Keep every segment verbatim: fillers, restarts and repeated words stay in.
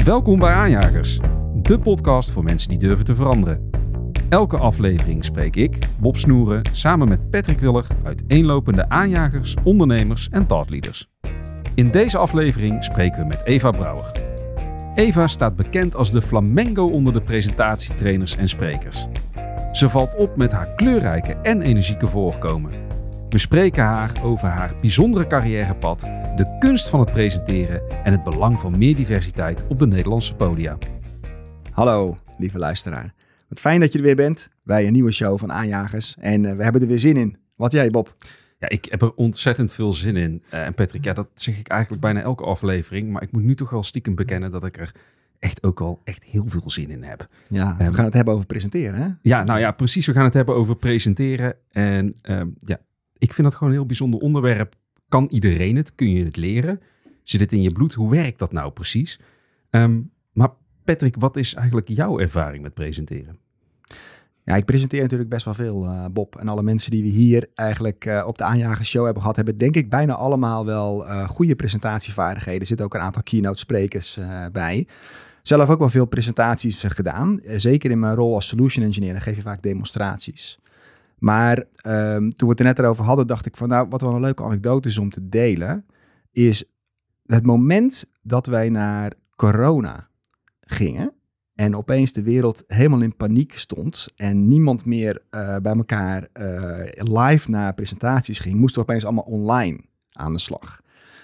Welkom bij Aanjagers, de podcast voor mensen die durven te veranderen. Elke aflevering spreek ik, Bob Snoeren, samen met Patrick Willer, uiteenlopende aanjagers, ondernemers en thoughtleaders. In deze aflevering spreken we met Eva Brouwer. Eva staat bekend als de flamenco onder de presentatietrainers en sprekers. Ze valt op met haar kleurrijke en energieke voorkomen. We spreken haar over haar bijzondere carrièrepad, de kunst van het presenteren en het belang van meer diversiteit op de Nederlandse podia. Hallo, lieve luisteraar. Wat fijn dat je er weer bent bij een nieuwe show van Aanjagers. En uh, we hebben er weer zin in. Wat jij, Bob? Ja, ik heb er ontzettend veel zin in. Uh, en Patrick, ja, dat zeg ik eigenlijk bijna elke aflevering. Maar ik moet nu toch wel stiekem bekennen dat ik er echt ook wel echt heel veel zin in heb. Ja, we um, gaan het hebben over presenteren, hè? Ja, nou ja, precies. We gaan het hebben over presenteren. En um, ja, ik vind dat gewoon een heel bijzonder onderwerp. Kan iedereen het? Kun je het leren? Zit het in je bloed? Hoe werkt dat nou precies? Um, maar Patrick, wat is eigenlijk jouw ervaring met presenteren? Ja, ik presenteer natuurlijk best wel veel, uh, Bob. En alle mensen die we hier eigenlijk uh, op de Aanjagersshow hebben gehad, hebben denk ik bijna allemaal wel uh, goede presentatievaardigheden. Er zitten ook een aantal keynote sprekers uh, bij. Zelf ook wel veel presentaties uh, gedaan. Uh, zeker in mijn rol als solution engineer, dan geef je vaak demonstraties. Maar um, toen we het er net over hadden, dacht ik van nou, wat wel een leuke anekdote is om te delen, is het moment dat wij naar corona gingen en opeens de wereld helemaal in paniek stond en niemand meer uh, bij elkaar uh, live naar presentaties ging, moesten we opeens allemaal online aan de slag.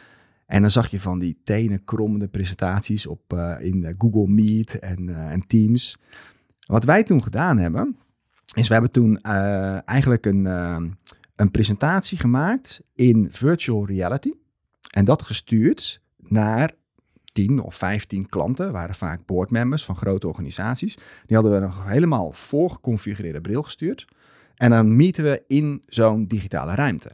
En dan zag je van die tenenkrommende presentaties op, uh, in uh, Google Meet en, uh, en Teams. Wat wij toen gedaan hebben, is we hebben toen uh, eigenlijk een, uh, een presentatie gemaakt in virtual reality. En dat gestuurd naar tien of vijftien klanten, waren vaak boardmembers van grote organisaties. Die hadden we nog helemaal voorgeconfigureerde bril gestuurd. En dan meeten we in zo'n digitale ruimte.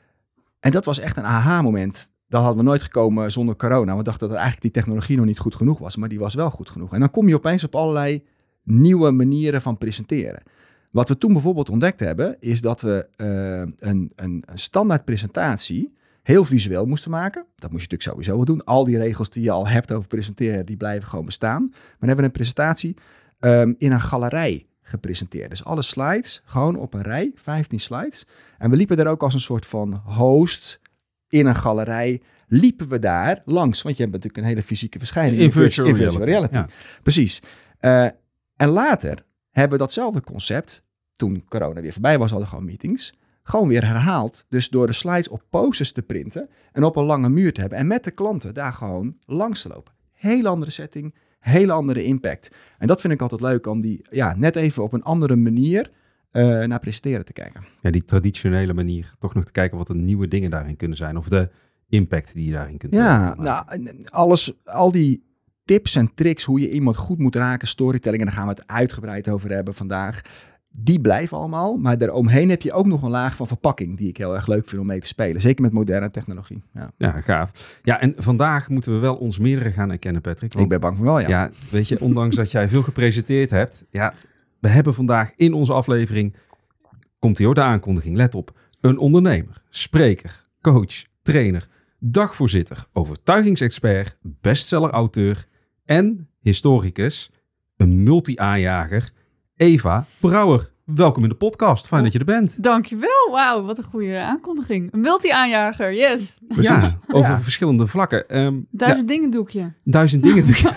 En dat was echt een aha-moment. Dat hadden we nooit gekomen zonder corona. We dachten dat eigenlijk die technologie nog niet goed genoeg was, maar die was wel goed genoeg. En dan kom je opeens op allerlei nieuwe manieren van presenteren. Wat we toen bijvoorbeeld ontdekt hebben, is dat we uh, een, een, een standaard presentatie heel visueel moesten maken. Dat moest je natuurlijk sowieso wel doen. Al die regels die je al hebt over presenteren, die blijven gewoon bestaan. Maar dan hebben we een presentatie um, in een galerij gepresenteerd. Dus alle slides gewoon op een rij, vijftien slides. En we liepen daar ook als een soort van host in een galerij. Liepen we daar langs, want je hebt natuurlijk een hele fysieke verschijning. In, in virtual, in virtual reality. reality. Ja. Precies. Uh, en later hebben we datzelfde concept, toen corona weer voorbij was, hadden we gewoon meetings, gewoon weer herhaald. Dus door de slides op posters te printen en op een lange muur te hebben en met de klanten daar gewoon langs te lopen. Hele andere setting, hele andere impact. En dat vind ik altijd leuk, om die ja, net even op een andere manier uh, naar presenteren te kijken. Ja, die traditionele manier, toch nog te kijken wat de nieuwe dingen daarin kunnen zijn. Of de impact die je daarin kunt Ja, nou, alles, al die tips en tricks, hoe je iemand goed moet raken, storytelling, en daar gaan we het uitgebreid over hebben vandaag. Die blijven allemaal, maar daaromheen heb je ook nog een laag van verpakking die ik heel erg leuk vind om mee te spelen. Zeker met moderne technologie. Ja, ja gaaf. Ja, en vandaag moeten we wel ons meerdere gaan erkennen, Patrick. Want, ik ben bang voor wel, ja. Ja, weet je, ondanks dat jij veel gepresenteerd hebt, ja, we hebben vandaag in onze aflevering, komt hier de aankondiging, let op, een ondernemer, spreker, coach, trainer, dagvoorzitter, overtuigingsexpert, bestseller-auteur en historicus, een multi-aanjager, Eva Brouwer. Welkom in de podcast. Fijn oh, dat je er bent. Dankjewel. Wauw, wat een goede aankondiging. Een multi-aanjager, yes. Precies, ja, over ja. verschillende vlakken. Um, duizend ja, dingen doekje. Duizend dingen doekje.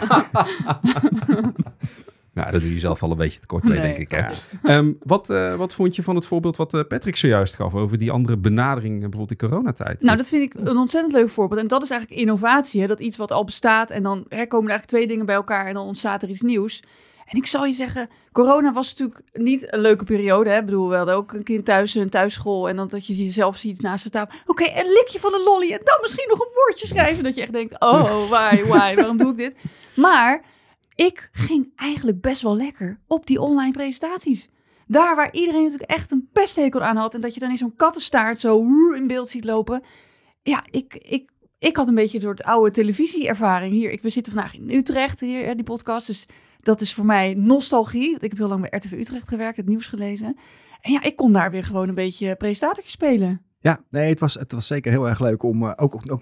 Nou, dat doe je zelf al een beetje tekort mee, nee, denk ik. Hè? Ja. Um, wat, uh, wat vond je van het voorbeeld wat uh, Patrick zojuist gaf over die andere benadering, bijvoorbeeld in coronatijd? Nou, dat vind ik een ontzettend leuk voorbeeld. En dat is eigenlijk innovatie. Hè? Dat iets wat al bestaat en dan hè, komen er eigenlijk twee dingen bij elkaar en dan ontstaat er iets nieuws. En ik zal je zeggen, corona was natuurlijk niet een leuke periode. Hè? Ik bedoel, we hadden ook een kind thuis, een thuisschool. En dan dat je jezelf ziet naast de tafel. Oké, okay, een likje van een lolly. En dan misschien nog een woordje schrijven. Dat je echt denkt, oh, why, why, waarom doe ik dit? Maar ik ging eigenlijk best wel lekker op die online presentaties. Daar waar iedereen natuurlijk echt een pesthekel aan had. En dat je dan in zo'n kattenstaart zo in beeld ziet lopen. Ja, ik... ik Ik had een beetje door het oude televisieervaring hier. Ik, we zitten vandaag in Utrecht, hier, die podcast. Dus dat is voor mij nostalgie. Ik heb heel lang bij R T V Utrecht gewerkt, het nieuws gelezen. En ja, ik kon daar weer gewoon een beetje presentatortje spelen. Ja, nee, het was, het was zeker heel erg leuk om uh, ook, ook, ook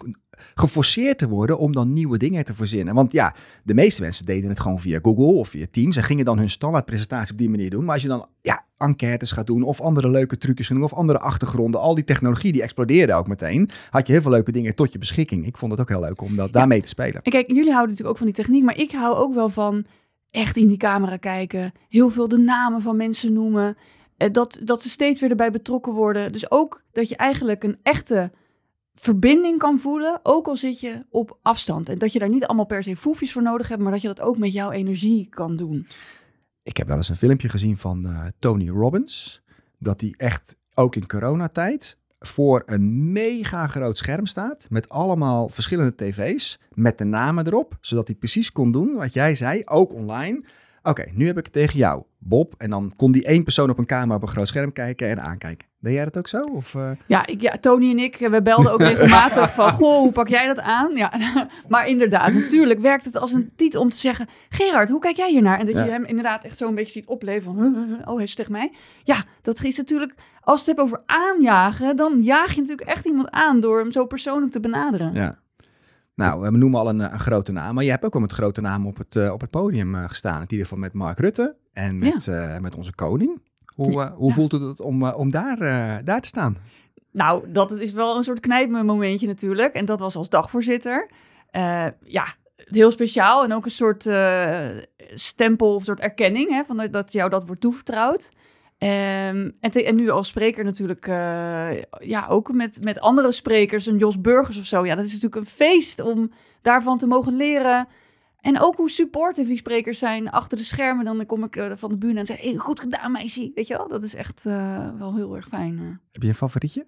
geforceerd te worden om dan nieuwe dingen te verzinnen. Want ja, de meeste mensen deden het gewoon via Google of via Teams en gingen dan hun standaardpresentatie op die manier doen. Maar als je dan ja, enquêtes gaat doen of andere leuke trucjes gaan doen of andere achtergronden, al die technologie die explodeerde ook meteen, had je heel veel leuke dingen tot je beschikking. Ik vond het ook heel leuk om dat, ja. daarmee te spelen. En kijk, jullie houden natuurlijk ook van die techniek, maar ik hou ook wel van echt in die camera kijken, heel veel de namen van mensen noemen, dat, dat ze steeds weer erbij betrokken worden. Dus ook dat je eigenlijk een echte verbinding kan voelen, ook al zit je op afstand. En dat je daar niet allemaal per se foefjes voor nodig hebt, maar dat je dat ook met jouw energie kan doen. Ik heb wel eens een filmpje gezien van uh, Tony Robbins, dat hij echt ook in coronatijd voor een mega groot scherm staat, met allemaal verschillende tv's, met de namen erop, zodat hij precies kon doen wat jij zei, ook online. Oké, okay, nu heb ik het tegen jou, Bob. En dan kon die één persoon op een camera op een groot scherm kijken en aankijken. Deed jij dat ook zo? Of, uh... ja, ik, ja, Tony en ik, we belden ook regelmatig van, goh, hoe pak jij dat aan? Ja, maar inderdaad, natuurlijk werkt het als een titel om te zeggen, Gerard, hoe kijk jij hiernaar? En dat ja. je hem inderdaad echt zo een beetje ziet opleven van, oh, hij is tegen mij. Ja, dat is natuurlijk, als je het hebt over aanjagen, dan jaag je natuurlijk echt iemand aan door hem zo persoonlijk te benaderen. Ja. Nou, we noemen al een, een grote naam, maar je hebt ook wel met grote namen op het, uh, op het podium uh, gestaan. In ieder geval met Mark Rutte en met, ja. uh, met onze koning. Hoe, uh, hoe ja. voelt het om, uh, om daar, uh, daar te staan? Nou, dat is wel een soort knijpmomentje natuurlijk. En dat was als dagvoorzitter. Uh, ja, heel speciaal. En ook een soort uh, stempel of een soort erkenning, hè, van dat jou dat wordt toevertrouwd. Um, en, te, en nu als spreker natuurlijk, uh, ja, ook met, met andere sprekers, een Jos Burgers of zo. Ja, dat is natuurlijk een feest om daarvan te mogen leren. En ook hoe supportive die sprekers zijn achter de schermen. Dan kom ik uh, van de bühne en zeg, hey, goed gedaan meisje. Weet je wel, dat is echt uh, wel heel erg fijn. Uh. Heb je een favorietje?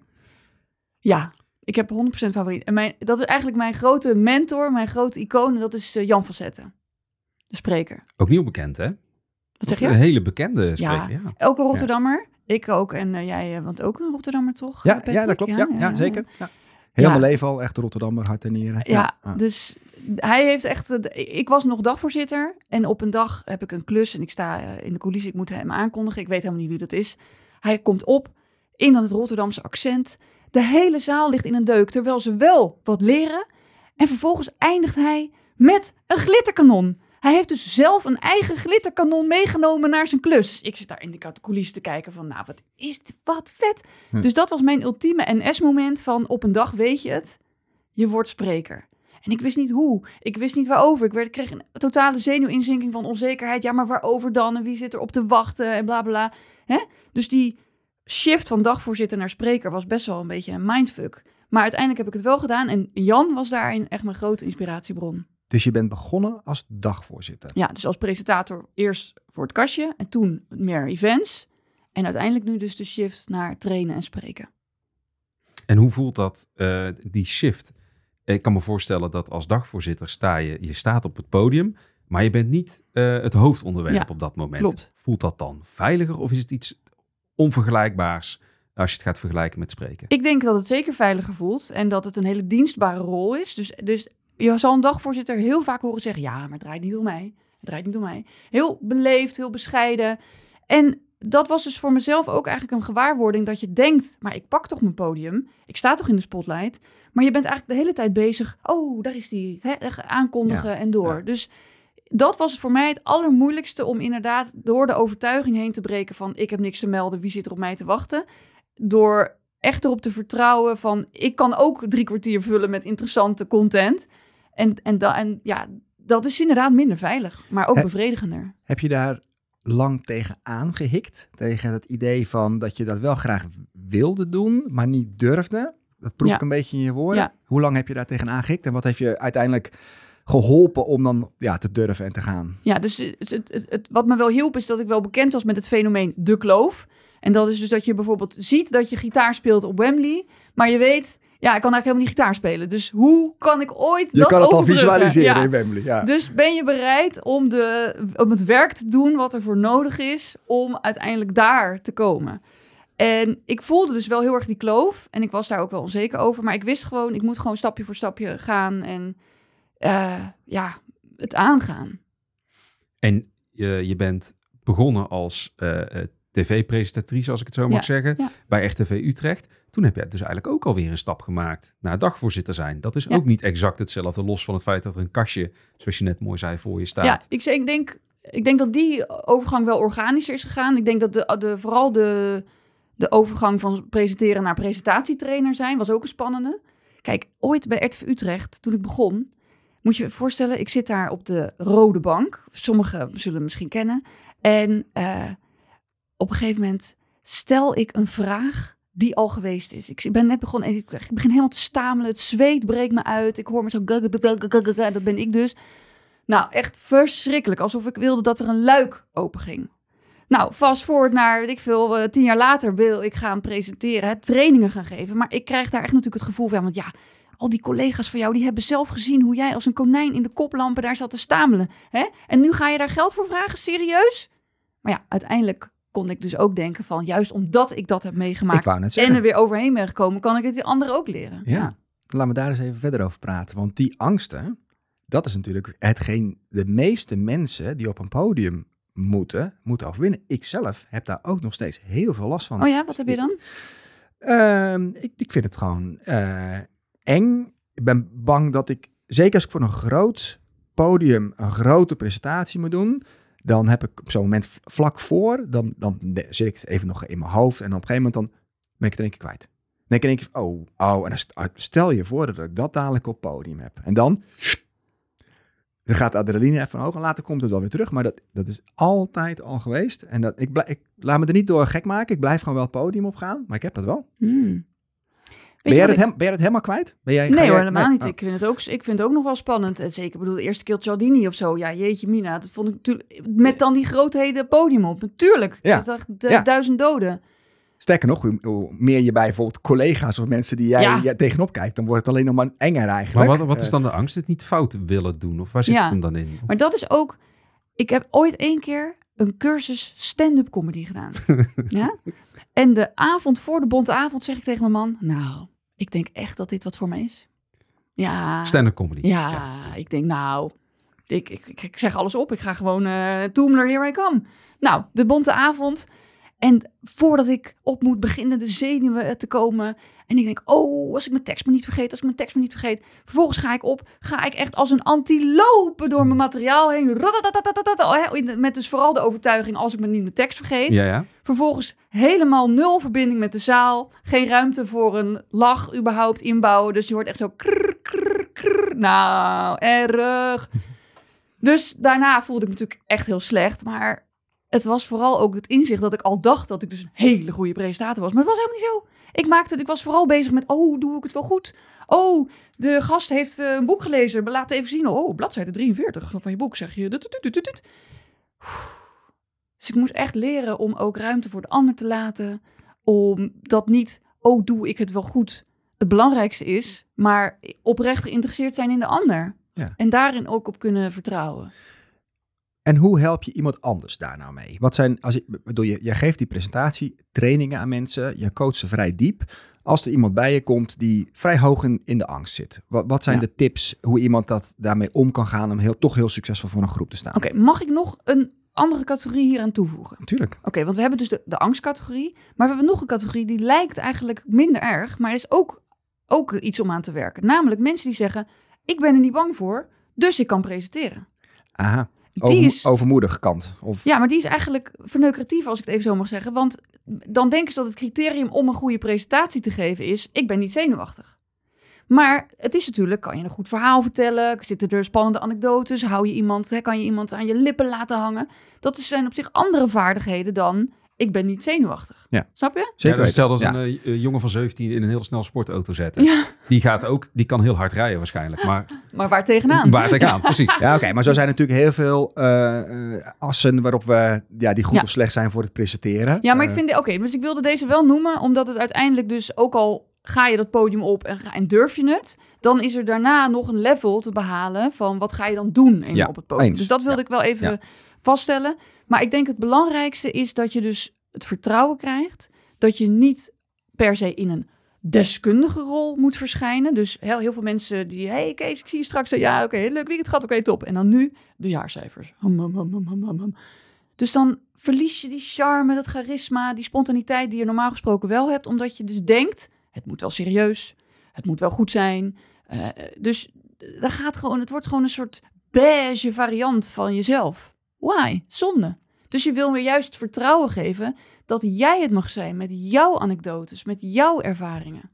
Ja, ik heb honderd procent favoriet. En mijn, dat is eigenlijk mijn grote mentor, mijn grote icoon. Dat is uh, Jan van Zetten, de spreker. Ook niet onbekend, hè? Wat zeg je? Een hele bekende spreker, ja. ja. Ook een Rotterdammer. Ja. Ik ook. En uh, jij, uh, want ook een Rotterdammer, toch? Ja, ja dat klopt. Ja, ja, ja, ja zeker. Ja. Heel ja. mijn leven al echt Rotterdammer, hart en nieren. Ja, ja, ja, dus hij heeft echt... Ik was nog dagvoorzitter en op een dag heb ik een klus en ik sta uh, in de coulissen. Ik moet hem aankondigen. Ik weet helemaal niet wie dat is. Hij komt op in dan het Rotterdamse accent. De hele zaal ligt in een deuk, terwijl ze wel wat leren. En vervolgens eindigt hij met een glitterkanon. Hij heeft dus zelf een eigen glitterkanon meegenomen naar zijn klus. Ik zit daar in de coulissen te kijken van, nou, wat is dit, wat vet. Hm. Dus dat was mijn ultieme N S-moment van, op een dag weet je het, je wordt spreker. En ik wist niet hoe, ik wist niet waarover. Ik, werd, ik kreeg een totale zenuwinzinking van onzekerheid. Ja, maar waarover dan? En wie zit er op te wachten? En bla bla. Hè? Dus die shift van dagvoorzitter naar spreker was best wel een beetje een mindfuck. Maar uiteindelijk heb ik het wel gedaan. En Jan was daarin echt mijn grote inspiratiebron. Dus je bent begonnen als dagvoorzitter? Ja, dus als presentator eerst voor het kastje en toen meer events. En uiteindelijk nu dus de shift naar trainen en spreken. En hoe voelt dat, uh, die shift? Ik kan me voorstellen dat als dagvoorzitter sta je, je staat op het podium, maar je bent niet uh, het hoofdonderwerp ja, op dat moment. Klopt. Voelt dat dan veiliger of is het iets onvergelijkbaars als je het gaat vergelijken met spreken? Ik denk dat het zeker veiliger voelt en dat het een hele dienstbare rol is. Dus, dus je zal een dagvoorzitter heel vaak horen zeggen, ja, maar het draait niet om mij. Het draait niet om mij. Heel beleefd, heel bescheiden. En dat was dus voor mezelf ook eigenlijk een gewaarwording dat je denkt, maar ik pak toch mijn podium. Ik sta toch in de spotlight. Maar je bent eigenlijk de hele tijd bezig. Oh, daar is die. Hè, aankondigen ja, en door. Ja. Dus dat was voor mij het allermoeilijkste om inderdaad door de overtuiging heen te breken van ik heb niks te melden, wie zit er op mij te wachten? Door echt erop te vertrouwen van ik kan ook drie kwartier vullen met interessante content. En, en, da, en ja, dat is inderdaad minder veilig, maar ook He, bevredigender. Heb je daar lang tegen aangehikt? Tegen het idee van dat je dat wel graag wilde doen, maar niet durfde? Dat proef ja. ik een beetje in je woorden. Ja. Hoe lang heb je daar tegen aangehikt? En wat heeft je uiteindelijk geholpen om dan ja, te durven en te gaan? Ja, dus het, het, het, het, wat me wel hielp is dat ik wel bekend was met het fenomeen de kloof. En dat is dus dat je bijvoorbeeld ziet dat je gitaar speelt op Wembley, maar je weet, ja, ik kan eigenlijk helemaal niet gitaar spelen. Dus hoe kan ik ooit je dat kan het al visualiseren ja. in Wembley. Ja. Dus ben je bereid om, de, om het werk te doen wat er voor nodig is om uiteindelijk daar te komen? En ik voelde dus wel heel erg die kloof. En ik was daar ook wel onzeker over. Maar ik wist gewoon, ik moet gewoon stapje voor stapje gaan. En uh, ja, het aangaan. En uh, je bent begonnen als uh, tv-presentatrice, als ik het zo mag Ja, zeggen, ja. bij R T V Utrecht. Toen heb jij dus eigenlijk ook alweer een stap gemaakt naar dagvoorzitter zijn. Dat is Ja. ook niet exact hetzelfde, los van het feit dat er een kastje, zoals je net mooi zei, voor je staat. Ja, ik, zeg- ik, denk, ik denk dat die overgang wel organischer is gegaan. Ik denk dat de, de, vooral de, de overgang van presenteren naar presentatietrainer zijn, was ook een spannende. Kijk, ooit bij R T V Utrecht, toen ik begon, moet je je voorstellen, ik zit daar op de rode bank. Sommigen zullen het misschien kennen. En uh, op een gegeven moment stel ik een vraag die al geweest is. Ik ben net begonnen en ik begin helemaal te stamelen. Het zweet breekt me uit. Ik hoor me zo... Dat ben ik dus. Nou, echt verschrikkelijk. Alsof ik wilde dat er een luik open ging. Nou, fast forward naar, weet ik veel, uh, tien jaar later wil ik gaan presenteren, hè, trainingen gaan geven. Maar ik krijg daar echt natuurlijk het gevoel van, want ja, al die collega's van jou, die hebben zelf gezien hoe jij als een konijn in de koplampen daar zat te stamelen. Hè? En nu ga je daar geld voor vragen? Serieus? Maar ja, uiteindelijk kon ik dus ook denken van, juist omdat ik dat heb meegemaakt en er weer overheen ben gekomen, kan ik het die anderen ook leren. Ja. ja, laten we daar eens even verder over praten. Want die angsten, dat is natuurlijk hetgeen de meeste mensen die op een podium moeten, moeten overwinnen. Ik zelf heb daar ook nog steeds heel veel last van. Oh ja, wat heb je dan? Uh, ik, ik vind het gewoon uh, eng. Ik ben bang dat ik, zeker als ik voor een groot podium een grote presentatie moet doen, dan heb ik op zo'n moment vlak voor, dan, dan zit ik even nog in mijn hoofd en op een gegeven moment dan ben ik het in één keer kwijt. Dan denk ik, oh, oh, en dan stel je voor dat ik dat dadelijk op podium heb. En dan, dan gaat de adrenaline even omhoog en later komt het wel weer terug. Maar dat, dat is altijd al geweest. En dat, ik, blijf, ik laat me er niet door gek maken. Ik blijf gewoon wel het podium opgaan, maar ik heb dat wel. Hmm. Ben jij, ik... hem, ben jij het helemaal kwijt? Ben jij, nee jij, hoor, helemaal nee? niet. Oh. Ik, vind het ook, ik vind het ook nog wel spannend. En zeker, ik bedoel, de eerste keer Cialdini of zo. Ja, jeetje mina, dat vond ik natuurlijk... Met dan die grootheden podium op. Natuurlijk, ja. dat dacht, de, ja. duizend doden. Sterker nog, hoe, hoe meer je bij bijvoorbeeld collega's of mensen die jij, ja. jij tegenop kijkt, dan wordt het alleen nog maar enger eigenlijk. Maar wat, wat is dan de angst? Het niet fout willen doen? Of waar zit ja. het hem dan in? Maar dat is ook... Ik heb ooit één keer een cursus stand-up comedy gedaan. ja? En de avond voor de bonte avond zeg ik tegen mijn man... Nou, ik denk echt dat dit wat voor mij is. Ja. Stand-up comedy. Ja, ja, ik denk nou... Ik, ik, ik zeg alles op. Ik ga gewoon... Uh, Toomler, here I come. Nou, de bonte avond... En voordat ik op moet beginnen de zenuwen te komen. En ik denk, oh, als ik mijn tekst maar niet vergeet, als ik mijn tekst maar niet vergeet. Vervolgens ga ik op, ga ik echt als een antilope door mijn materiaal heen. Met dus vooral de overtuiging, als ik me niet mijn tekst vergeet. Ja, ja. Vervolgens helemaal nul verbinding met de zaal. Geen ruimte voor een lach überhaupt inbouwen. Dus je hoort echt zo krrr, krrr, krrr. Nou, erg. Dus daarna voelde ik me natuurlijk echt heel slecht, maar... Het was vooral ook het inzicht dat ik al dacht dat ik dus een hele goede presentator was. Maar het was helemaal niet zo. Ik maakte het, ik was vooral bezig met, oh, doe ik het wel goed? Oh, de gast heeft uh, een boek gelezen. Maar laat even zien. Oh, bladzijde drieënveertig van je boek zeg je. Dus ik moest echt leren om ook ruimte voor de ander te laten. Om dat niet, oh, doe ik het wel goed? Het belangrijkste is, maar oprecht geïnteresseerd zijn in de ander. Ja. En daarin ook op kunnen vertrouwen. En hoe help je iemand anders daar nou mee? Wat zijn, als je, bedoel, je, jij geeft die presentatie, trainingen aan mensen, je coacht ze vrij diep. Als er iemand bij je komt die vrij hoog in, in de angst zit, wat, wat zijn ja. de tips hoe iemand dat daarmee om kan gaan om heel, toch heel succesvol voor een groep te staan? Oké, okay, mag ik nog een andere categorie hier aan toevoegen? Natuurlijk. Oké, okay, want we hebben dus de, de angstcategorie, maar we hebben nog een categorie die lijkt eigenlijk minder erg, maar is ook, ook iets om aan te werken. Namelijk mensen die zeggen, ik ben er niet bang voor, dus ik kan presenteren. Aha. Over, is, overmoedig kant. Of... Ja, maar die is eigenlijk verneukeratief, als ik het even zo mag zeggen. Want dan denken ze dat het criterium om een goede presentatie te geven is... ik ben niet zenuwachtig. Maar het is natuurlijk, kan je een goed verhaal vertellen? Zitten er spannende anekdotes? Hou je iemand, hè, kan je iemand aan je lippen laten hangen? Dat zijn op zich andere vaardigheden dan... ik ben niet zenuwachtig. Ja. Snap je? Zeker. Ja, stel dat ja. een uh, jongen van zeventien in een heel snel sportauto zetten. Ja. Die gaat ook, die kan heel hard rijden waarschijnlijk. Maar, maar waar tegenaan? Waar tegenaan, precies. Ja, oké. Okay, maar zo zijn natuurlijk heel veel uh, uh, assen waarop we, ja, die goed ja. of slecht zijn voor het presenteren. Ja, maar uh, ik vind, oké, okay, dus ik wilde deze wel noemen, omdat het uiteindelijk dus ook al ga je dat podium op en, ga, en durf je het, dan is er daarna nog een level te behalen van wat ga je dan doen ja, op het podium. Eens. Dus dat wilde ja. ik wel even ja. vaststellen. Maar ik denk het belangrijkste is dat je dus het vertrouwen krijgt dat je niet per se in een deskundige rol moet verschijnen. Dus heel, heel veel mensen die, hey Kees, ik zie je straks. Ja, oké, okay, leuk weekend gehad, oké, okay, top. En dan nu de jaarcijfers. Hum, hum, hum, hum, hum, hum. Dus dan verlies je die charme, dat charisma, die spontaniteit die je normaal gesproken wel hebt. Omdat je dus denkt, het moet wel serieus, het moet wel goed zijn. Uh, dus dat gaat gewoon, het wordt gewoon een soort beige variant van jezelf. Why? Zonde. Dus je wil me juist vertrouwen geven dat jij het mag zijn met jouw anekdotes, met jouw ervaringen.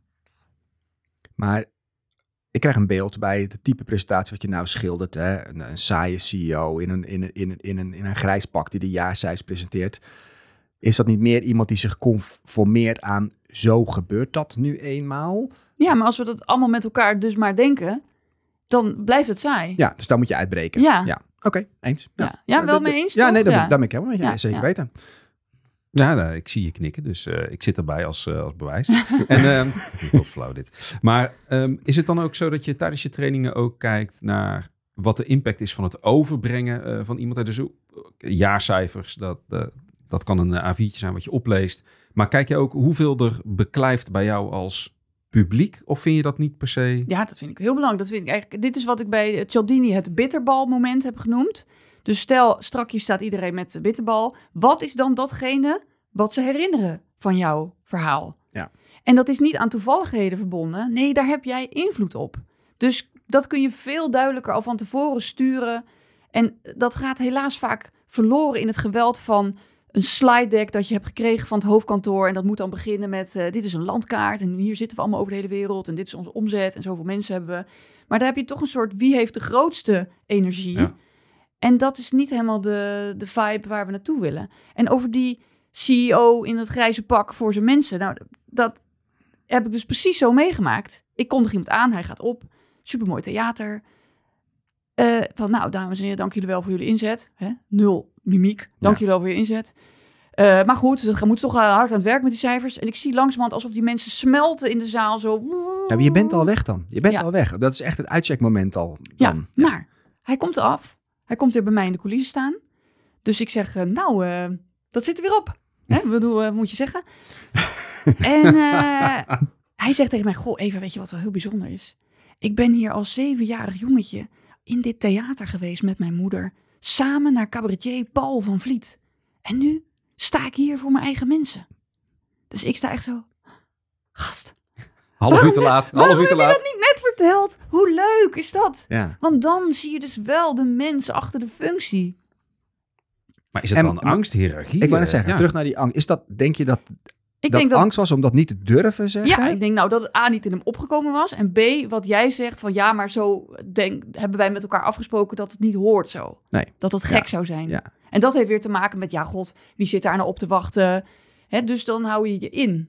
Maar ik krijg een beeld bij het type presentatie wat je nou schildert. Hè? Een, een saaie C E O in een, in, een, in, een, in, een, in een grijs pak die de jaarcijfers presenteert. Is dat niet meer iemand die zich conformeert aan zo gebeurt dat nu eenmaal? Ja, maar als we dat allemaal met elkaar dus maar denken, dan blijft het saai. Ja, dus daar moet je uitbreken. Ja. ja. Oké, okay, eens. Ja, ja. ja wel mee eens, Ja, toch? nee, daar, ja. daar ben ik helemaal met je. Ja, zeker ja. weten. Ja, nou, ik zie je knikken, dus uh, ik zit erbij als, uh, als bewijs. en uh, heel flauw dit. Maar um, is het dan ook zo dat je tijdens je trainingen ook kijkt naar wat de impact is van het overbrengen uh, van iemand? Dus uh, jaarcijfers, dat, uh, dat kan een A viertje zijn wat je opleest. Maar kijk je ook hoeveel er beklijft bij jou als publiek? Of vind je dat niet per se? Ja, dat vind ik heel belangrijk. Dat vind ik eigenlijk, dit is wat ik bij Cialdini het bitterbal-moment heb genoemd. Dus stel, strakjes staat iedereen met de bitterbal. Wat is dan datgene wat ze herinneren van jouw verhaal? Ja. En dat is niet aan toevalligheden verbonden. Nee, daar heb jij invloed op. Dus dat kun je veel duidelijker al van tevoren sturen. En dat gaat helaas vaak verloren in het geweld van een slide deck dat je hebt gekregen van het hoofdkantoor. En dat moet dan beginnen met, uh, dit is een landkaart en hier zitten we allemaal over de hele wereld. En dit is onze omzet en zoveel mensen hebben we. Maar daar heb je toch een soort, wie heeft de grootste energie? Ja. En dat is niet helemaal de, de vibe waar we naartoe willen. En over die C E O in het grijze pak voor zijn mensen. Nou, dat heb ik dus precies zo meegemaakt. Ik kondig iemand aan, hij gaat op. Supermooi theater. Uh, van, nou, dames en heren, dank jullie wel voor jullie inzet. Hè? Nul mimiek. Dank ja. jullie wel voor je inzet. Uh, maar goed, we moeten toch hard aan het werk met die cijfers. En ik zie langzamerhand alsof die mensen smelten in de zaal. Zo. Ja, maar je bent al weg dan. Je bent ja. al weg. Dat is echt het uitcheckmoment al. Dan. Ja, ja, maar hij komt eraf. Hij komt weer bij mij in de coulissen staan. Dus ik zeg, uh, nou, uh, dat zit er weer op. Hè? Bedoel, uh, moet je zeggen. en uh, hij zegt tegen mij, goh, Eva, weet je wat wel heel bijzonder is? Ik ben hier als zevenjarig jongetje in dit theater geweest met mijn moeder. Samen naar cabaretier Paul van Vliet. En nu sta ik hier voor mijn eigen mensen. Dus ik sta echt zo, gast. Half waarom, uur te laat, half uur te laat. Heb je dat niet net verteld? Hoe leuk is dat? Ja. Want dan zie je dus wel de mens achter de functie. Maar is het en, dan angsthierarchie? Ik wou net zeggen, ja. terug naar die angst. Is dat, denk je dat, ik dat denk angst dat, was om dat niet te durven zeggen? Ja, ik denk nou dat het A niet in hem opgekomen was. En B, wat jij zegt van ja, maar zo denk, hebben wij met elkaar afgesproken dat het niet hoort zo. Nee. Dat dat gek ja. zou zijn. Ja. En dat heeft weer te maken met, ja god, wie zit daar nou op te wachten? Hè, dus dan hou je je in.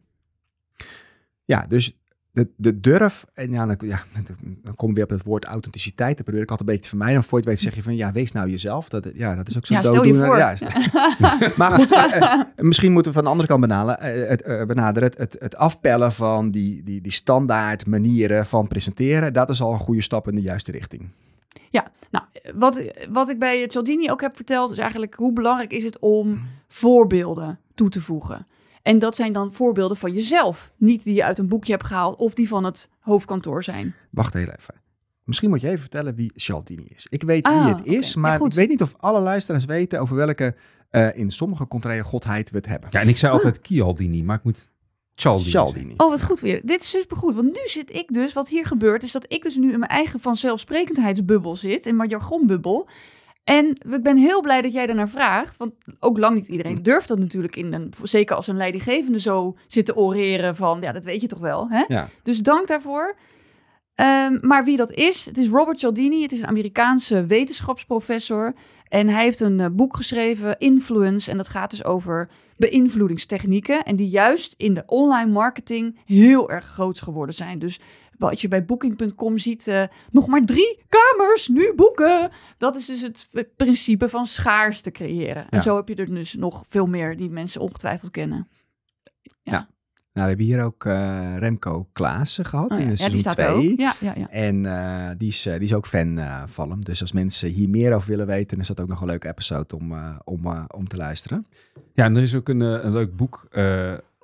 Ja, dus de, de durf, en ja, dan, ja, dan kom je weer op het woord authenticiteit. Dat probeer ik altijd een beetje te vermijden. En voor je het weet zeg je van, ja, wees nou jezelf. Dat, ja, dat is ook zo'n ja, stel je voor. Ja, maar goed, uh, misschien moeten we van de andere kant benaderen. Uh, het, uh, benaderen het, het, het afpellen van die, die, die standaard manieren van presenteren. Dat is al een goede stap in de juiste richting. Ja, nou, wat, wat ik bij Cialdini ook heb verteld, is eigenlijk hoe belangrijk is het om voorbeelden toe te voegen. En dat zijn dan voorbeelden van jezelf. Niet die je uit een boekje hebt gehaald of die van het hoofdkantoor zijn. Wacht heel even. Misschien moet je even vertellen wie Cialdini is. Ik weet ah, wie het is, okay. maar ja, ik weet niet of alle luisteraars weten over welke uh, in sommige contraien godheid we het hebben. Ja, en ik zei altijd Cialdini, maar ik moet Cialdini. Cialdini. Oh, wat goed weer. Dit is supergoed, want nu zit ik dus, wat hier gebeurt, is dat ik dus nu in mijn eigen vanzelfsprekendheidsbubbel zit, in mijn jargonbubbel. En ik ben heel blij dat jij daarnaar vraagt, want ook lang niet iedereen durft dat natuurlijk in een, zeker als een leidinggevende zo zit te oreren van, ja, dat weet je toch wel, hè? Ja. Dus dank daarvoor. Um, maar wie dat is, het is Robert Cialdini, het is een Amerikaanse wetenschapsprofessor en hij heeft een uh, boek geschreven, Influence, en dat gaat dus over beïnvloedingstechnieken en die juist in de online marketing heel erg groot geworden zijn. Dus wat je bij booking punt com ziet, uh, nog maar drie kamers, nu boeken. Dat is dus het principe van schaarste creëren. Ja. En zo heb je er dus nog veel meer die mensen ongetwijfeld kennen. Ja. ja. Nou, we hebben hier ook uh, Remco Klaassen gehad oh, ja. in de ja, die staat twee. er ook. Ja, ja, ja. En uh, die, is, uh, die is ook fan uh, van hem. Dus als mensen hier meer over willen weten, dan is dat ook nog een leuke episode om, uh, om, uh, om te luisteren. Ja, en er is ook een, uh, een leuk boek uh,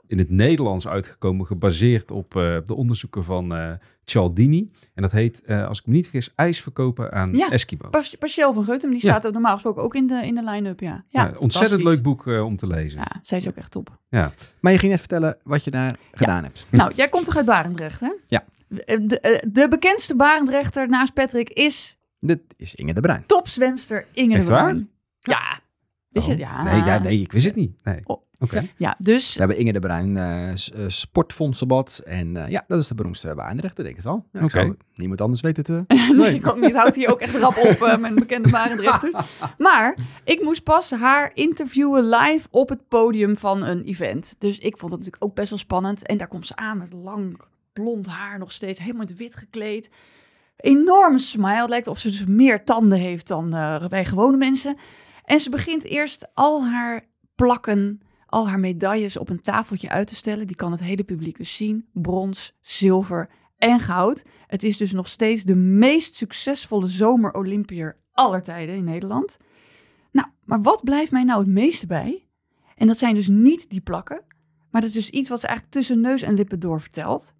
in het Nederlands uitgekomen, gebaseerd op uh, de onderzoeken van uh, Cialdini. En dat heet, uh, als ik me niet vergis, ijs verkopen aan ja, Eskimo's. Pas, Pascal van Geutem, die ja. staat ook normaal gesproken ook in de, in de line-up, ja. ja, ja ontzettend leuk boek uh, om te lezen. Ja, zij is ook echt top. Ja. Maar je ging even vertellen wat je daar ja. gedaan hebt. Nou, jij komt toch uit Barendrecht, hè? Ja. De, de bekendste Barendrechter naast Patrick is... Dit is Inge de Bruin. Topzwemster Inge echt de Bruin. Waar? Ja. Wist je? Oh. Ja. Nee, ja, nee, ik wist het niet. Nee. Oh. Oké. Okay. Ja, dus... We hebben Inge de Bruin uh, sportfondsenbad. En uh, ja, dat is de beroemdste Barendrechter, denk ik wel. Ja, Oké. Okay. Niemand anders weet het. Uh, nee, nee, ik ook niet. Houdt hier ook echt rap op uh, met een bekende Barendrechter. Maar ik moest pas haar interviewen live op het podium van een event. Dus ik vond het natuurlijk ook best wel spannend. En daar komt ze aan met lang blond haar nog steeds, helemaal in het wit gekleed. Enorme smile. Het lijkt of ze dus meer tanden heeft dan uh, wij gewone mensen. En ze begint eerst al haar plakken, al haar medailles op een tafeltje uit te stellen. Die kan het hele publiek dus zien. Brons, zilver en goud. Het is dus nog steeds de meest succesvolle zomer-Olympiër aller tijden in Nederland. Nou, maar wat blijft mij nou het meeste bij? En dat zijn dus niet die plakken, maar dat is dus iets wat ze eigenlijk tussen neus en lippen door vertelt.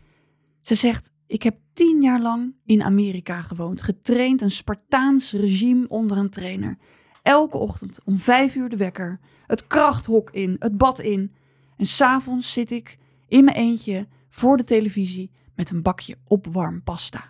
Ze zegt, ik heb tien jaar lang in Amerika gewoond, getraind, een Spartaans regime onder een trainer. Elke ochtend om vijf uur de wekker, het krachthok in, het bad in. En 's avonds zit ik in mijn eentje voor de televisie met een bakje opwarm pasta.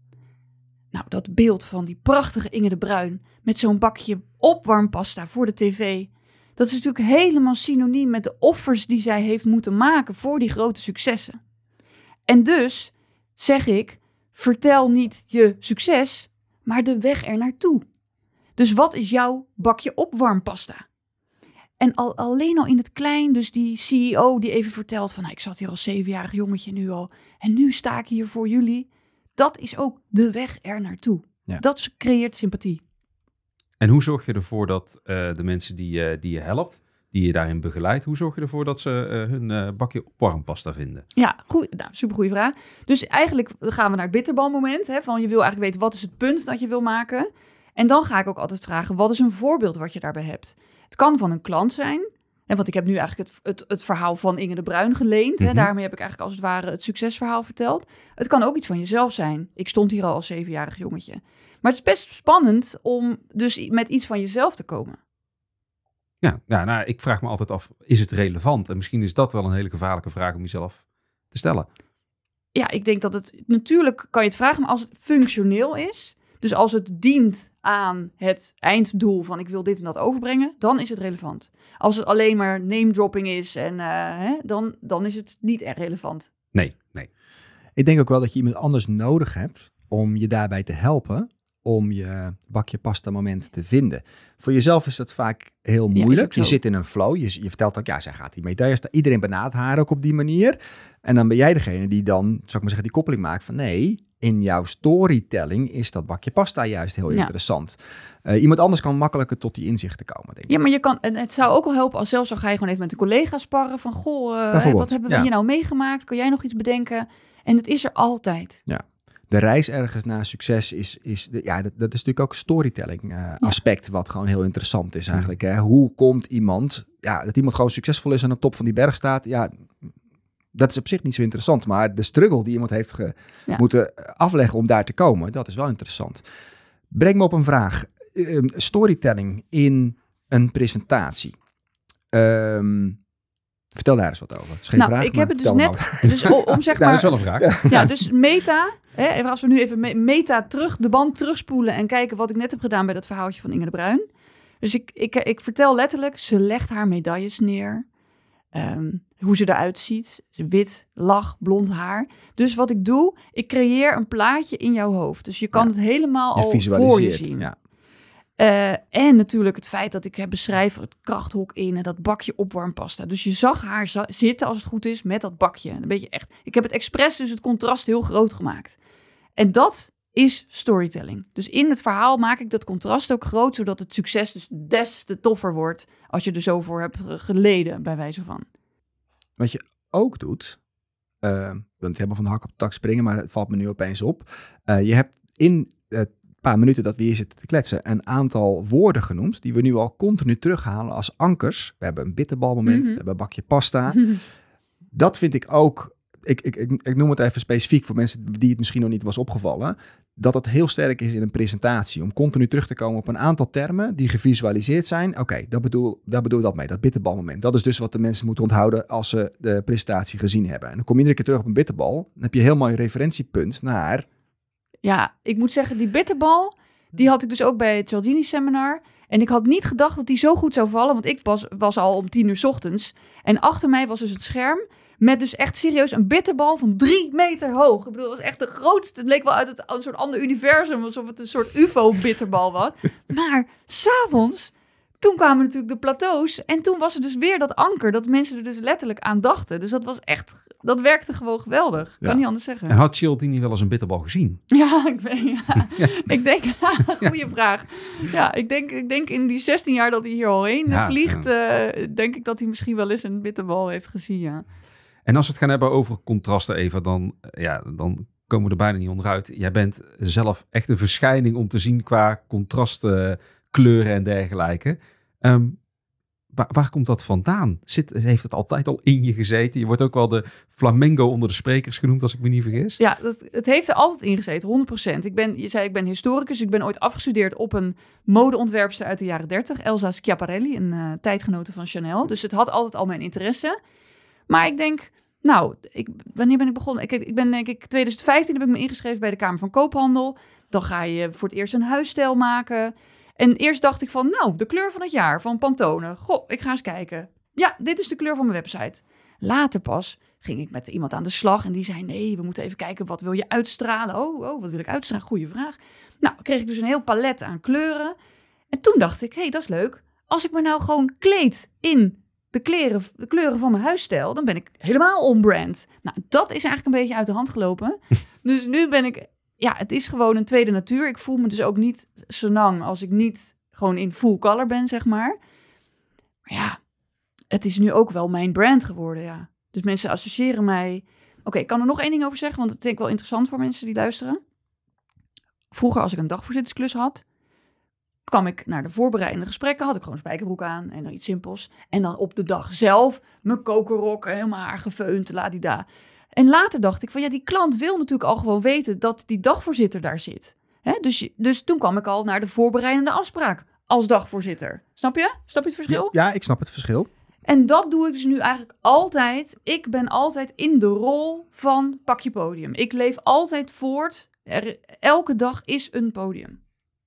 Nou, dat beeld van die prachtige Inge de Bruin met zo'n bakje opwarm pasta voor de tv, dat is natuurlijk helemaal synoniem met de offers die zij heeft moeten maken voor die grote successen. En dus zeg ik, vertel niet je succes, maar de weg er naartoe. Dus wat is jouw bakje opwarmpasta? En al, alleen al in het klein, dus die C E O die even vertelt van, nou, ik zat hier als zevenjarig jongetje nu al en nu sta ik hier voor jullie. Dat is ook de weg er naartoe. Ja. Dat creëert sympathie. En hoe zorg je ervoor dat uh, de mensen die, uh, die je helpt, die je daarin begeleidt, hoe zorg je ervoor dat ze uh, hun uh, bakje opwarmpasta vinden? Ja, goed, nou, supergoeie vraag. Dus eigenlijk gaan we naar het bitterbalmoment. Hè, van je wil eigenlijk weten, wat is het punt dat je wil maken? En dan ga ik ook altijd vragen, wat is een voorbeeld wat je daarbij hebt? Het kan van een klant zijn. En want ik heb nu eigenlijk het, het, het verhaal van Inge de Bruin geleend. Mm-hmm. Hè, daarmee heb ik eigenlijk als het ware het succesverhaal verteld. Het kan ook iets van jezelf zijn. Ik stond hier al als zevenjarig jongetje. Maar het is best spannend om dus met iets van jezelf te komen. Ja, ja nou, ik vraag me altijd af, is het relevant? En misschien is dat wel een hele gevaarlijke vraag om jezelf te stellen. Ja, ik denk dat het, natuurlijk kan je het vragen, maar als het functioneel is, dus als het dient aan het einddoel van ik wil dit en dat overbrengen, dan is het relevant. Als het alleen maar name dropping is, en, uh, hè, dan, dan is het niet erg relevant. Nee, nee. Ik denk ook wel dat je iemand anders nodig hebt om je daarbij te helpen om je bakje pasta moment te vinden. Voor jezelf is dat vaak heel moeilijk. Ja, je zit in een flow. Je, je vertelt ook, ja, zij gaat die medailles. Iedereen benadert haar ook op die manier. En dan ben jij degene die dan, zou ik maar zeggen, die koppeling maakt van nee, in jouw storytelling is dat bakje pasta juist heel ja. interessant. Uh, iemand anders kan makkelijker tot die inzichten komen, denk ik. Ja, maar je kan, en het zou ook wel helpen als zelfs al ga je gewoon even met een collega sparren van, goh, uh, wat hebben we ja. hier nou meegemaakt? Kan jij nog iets bedenken? En het is er altijd. Ja. De reis ergens naar succes is, is de, ja, dat, dat is natuurlijk ook storytelling uh, aspect, ja. wat gewoon heel interessant is eigenlijk. Hè? Hoe komt iemand, ja, dat iemand gewoon succesvol is en op de top van die berg staat, ja, dat is op zich niet zo interessant. Maar de struggle die iemand heeft ge, ja. moeten afleggen om daar te komen, dat is wel interessant. Breng me op een vraag. Uh, storytelling in een presentatie. Um, Vertel daar eens wat over. Het is geen nou, vraag, ik heb het dus net, dus om, om zeg maar... Ja, dat is wel een vraag. Ja, dus meta, hè, als we nu even me, meta terug, de band terugspoelen en kijken wat ik net heb gedaan bij dat verhaaltje van Inge de Bruin. Dus ik, ik, ik vertel letterlijk, ze legt haar medailles neer, um, hoe ze eruit ziet, wit, lach, blond haar. Dus wat ik doe, ik creëer een plaatje in jouw hoofd. Dus je kan ja. het helemaal je al voor je zien. Ja. Uh, en natuurlijk het feit dat ik heb beschrijven het krachthok in en dat bakje opwarmpasta. Dus je zag haar za- zitten, als het goed is, met dat bakje. Een beetje echt. Ik heb het expres dus het contrast heel groot gemaakt. En dat is storytelling. Dus in het verhaal maak ik dat contrast ook groot, zodat het succes dus des te toffer wordt als je er zo voor hebt geleden, bij wijze van. Wat je ook doet, uh, ik wil niet helemaal van de hak op de tak springen, maar het valt me nu opeens op. Uh, je hebt in het paar minuten dat we hier zitten te kletsen, een aantal woorden genoemd, die we nu al continu terughalen als ankers. We hebben een bitterbalmoment, mm-hmm. we hebben een bakje pasta. Mm-hmm. Dat vind ik ook, ik, ik, ik, ik noem het even specifiek voor mensen die het misschien nog niet was opgevallen, dat het heel sterk is in een presentatie. Om continu terug te komen op een aantal termen die gevisualiseerd zijn. Oké, okay, dat bedoel, daar bedoel ik dat mee, dat bitterbalmoment. Dat is dus wat de mensen moeten onthouden als ze de presentatie gezien hebben. En dan kom je iedere keer terug op een bitterbal. Dan heb je een heel mooi referentiepunt naar... Ja, ik moet zeggen, die bitterbal, die had ik dus ook bij het Cialdini seminar. En ik had niet gedacht dat die zo goed zou vallen, want ik was, was al om tien uur 's ochtends. En achter mij was dus het scherm met dus echt serieus een bitterbal van drie meter hoog. Ik bedoel, het was echt de grootste. Het leek wel uit het, een soort ander universum, alsof het een soort U F O-bitterbal was. Maar 's avonds, toen kwamen natuurlijk de plateaus. En toen was er dus weer dat anker, dat mensen er dus letterlijk aan dachten. Dus dat was echt, dat werkte gewoon geweldig. Ja. Kan niet anders zeggen. En had Cialdini wel eens een bitterbal gezien? Ja, ik weet, ja. ik denk, goede vraag. Ja, ik denk, ik denk in die zestien jaar dat hij hier al heen Ja, vliegt, ja. Uh, denk ik dat hij misschien wel eens een bitterbal heeft gezien, ja. En als we het gaan hebben over contrasten, Eva, dan, ja, dan komen we er bijna niet onderuit. Jij bent zelf echt een verschijning om te zien qua contrasten, kleuren en dergelijke. Um, waar, waar komt dat vandaan? Zit, heeft het altijd al in je gezeten? Je wordt ook wel de flamenco onder de sprekers genoemd, als ik me niet vergis. Ja, dat, het heeft er altijd in gezeten, honderd procent. Ik ben, je zei, ik ben historicus. Ik ben ooit afgestudeerd op een modeontwerpster uit de jaren dertig, Elsa Schiaparelli, een uh, tijdgenote van Chanel. Dus het had altijd al mijn interesse. Maar ik denk, nou, ik, wanneer ben ik begonnen? Ik, ik ben denk ik twintig vijftien heb ik me ingeschreven bij de Kamer van Koophandel. Dan ga je voor het eerst een huisstijl maken. En eerst dacht ik van, nou, de kleur van het jaar van Pantone. Goh, ik ga eens kijken. Ja, dit is de kleur van mijn website. Later pas ging ik met iemand aan de slag en die zei, nee, we moeten even kijken, wat wil je uitstralen? Oh, oh, wat wil ik uitstralen? Goeie vraag. Nou, kreeg ik dus een heel palet aan kleuren. En toen dacht ik, hé, hey, dat is leuk. Als ik me nou gewoon kleed in de, kleren, de kleuren van mijn huisstijl, dan ben ik helemaal on-brand. Nou, dat is eigenlijk een beetje uit de hand gelopen. Dus nu ben ik, ja, het is gewoon een tweede natuur. Ik voel me dus ook niet zo lang als ik niet gewoon in full color ben, zeg maar. Maar ja, het is nu ook wel mijn brand geworden, ja. Dus mensen associëren mij. Oké, okay, ik kan er nog één ding over zeggen, want dat vind ik wel interessant voor mensen die luisteren. Vroeger, als ik een dagvoorzittersklus had, kwam ik naar de voorbereidende gesprekken, had ik gewoon een spijkerbroek aan en dan iets simpels. En dan op de dag zelf mijn kokerrok, helemaal haar gefeund, ladida. En later dacht ik van, ja, die klant wil natuurlijk al gewoon weten dat die dagvoorzitter daar zit. Hè? Dus, dus toen kwam ik al naar de voorbereidende afspraak als dagvoorzitter. Snap je? Snap je het verschil? Ja, ja, ik snap het verschil. En dat doe ik dus nu eigenlijk altijd. Ik ben altijd in de rol van pak je podium. Ik leef altijd voort. Er, elke dag is een podium.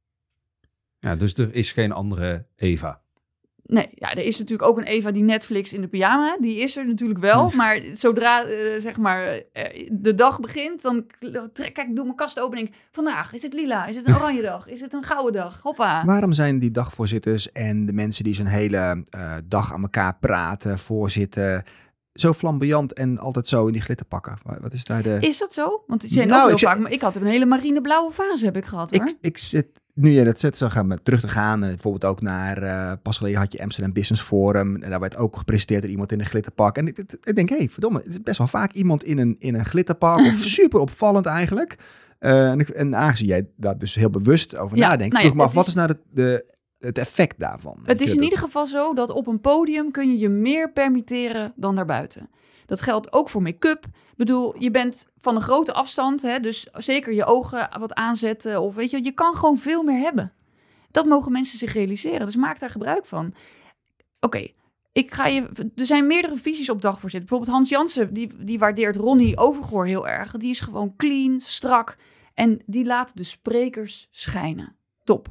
Ja, dus er is geen andere Eva. Nee, ja, er is natuurlijk ook een Eva die Netflix in de pyjama. Die is er natuurlijk wel. Maar zodra uh, zeg maar, uh, de dag begint, dan trek ik, doe mijn kast open en denk, vandaag is het lila, is het een oranje dag, is het een gouden dag, hoppa. Waarom zijn die dagvoorzitters en de mensen die zo'n hele uh, dag aan elkaar praten, voorzitten, zo flamboyant en altijd zo in die glitterpakken? Wat is daar de... Is dat zo? Want het zijn nou, ook heel ik vaak, zit... maar ik had een hele marineblauwe fase heb ik gehad, hoor. Ik, ik zit... Nu je dat zet, zo gaan we terug te gaan. Uh, bijvoorbeeld ook naar, uh, pas geleden had je Amsterdam Business Forum. En daar werd ook gepresenteerd door iemand in een glitterpak. En ik, ik, ik denk, hé, hey, verdomme, het is best wel vaak iemand in een, in een glitterpak. Of super opvallend eigenlijk. Uh, en, en aangezien jij daar dus heel bewust over ja, nadenkt, nou ja, vroeg me af, wat is, is nou de, de, het effect daarvan? Het is in ieder geval zo dat op een podium kun je je meer permitteren dan daarbuiten. Dat geldt ook voor make-up. Ik bedoel, je bent van een grote afstand, hè, dus zeker je ogen wat aanzetten. Of weet je, je kan gewoon veel meer hebben. Dat mogen mensen zich realiseren, dus maak daar gebruik van. Oké, okay, ik ga je. Er zijn meerdere visies op dagvoorzitter. Bijvoorbeeld Hans Jansen, die, die waardeert Ronnie Overgoor heel erg. Die is gewoon clean, strak en die laat de sprekers schijnen. Top.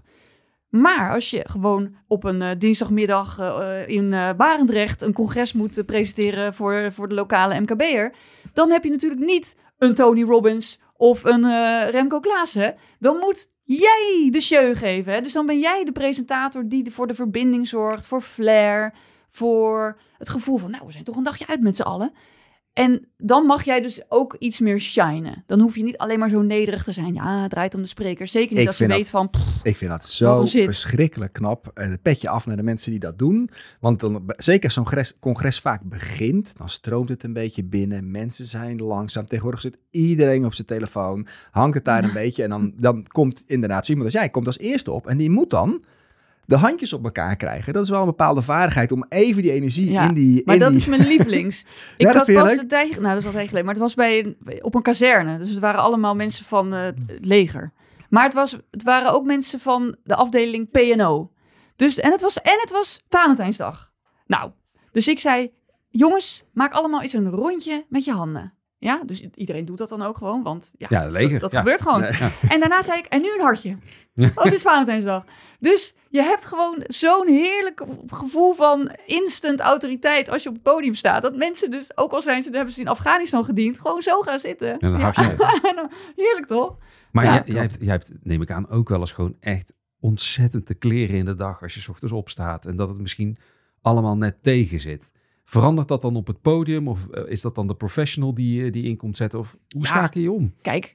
Maar als je gewoon op een uh, dinsdagmiddag uh, in uh, Barendrecht een congres moet uh, presenteren voor, voor de lokale M K B'er, dan heb je natuurlijk niet een Tony Robbins of een uh, Remco Klaassen. Dan moet jij de show geven. Hè? Dus dan ben jij de presentator die de, voor de verbinding zorgt, voor flair, voor het gevoel van, nou, we zijn toch een dagje uit met z'n allen. En dan mag jij dus ook iets meer shinen. Dan hoef je niet alleen maar zo nederig te zijn. Ja, het draait om de spreker. Zeker niet ik als je weet dat, van... Pff, ik vind dat zo verschrikkelijk knap. En het petje af naar de mensen die dat doen. Want dan, zeker als zo'n congres, congres vaak begint, dan stroomt het een beetje binnen. Mensen zijn langzaam. Tegenwoordig zit iedereen op zijn telefoon. Hangt het daar een beetje. En dan, dan komt inderdaad zo iemand als jij, komt als eerste op. En die moet dan de handjes op elkaar krijgen. Dat is wel een bepaalde vaardigheid om even die energie Ja, in die... Maar in dat die... is mijn lievelings. Ik dat had vind je pas leuk? een tijdje, nou dat is al een tijdje geleden, maar het was bij op een kazerne. Dus het waren allemaal mensen van uh, het leger. Maar het, was, het waren ook mensen van de afdeling P en O. Dus, en, het was, en het was Valentijnsdag. Nou, dus ik zei, jongens, maak allemaal eens een rondje met je handen. Ja, dus iedereen doet dat dan ook gewoon, want ja, Ja, de leger. dat, dat ja. gebeurt gewoon. Nee. Ja. En daarna zei ik, en nu een hartje. Oh, het is Valentijnsdag. Dus je hebt gewoon zo'n heerlijk gevoel van instant autoriteit als je op het podium staat. Dat mensen dus, ook al zijn ze, hebben ze in Afghanistan gediend, gewoon zo gaan zitten. En een hartje. Heerlijk toch? Maar Ja. jij, jij, hebt, jij hebt, neem ik aan, ook wel eens gewoon echt ontzettend te kleren in de dag als je 's ochtends opstaat. En dat het misschien allemaal net tegen zit. Verandert dat dan op het podium? Of uh, is dat dan de professional die, uh, die in komt zetten? Of hoe Ja. schakel je om? Kijk,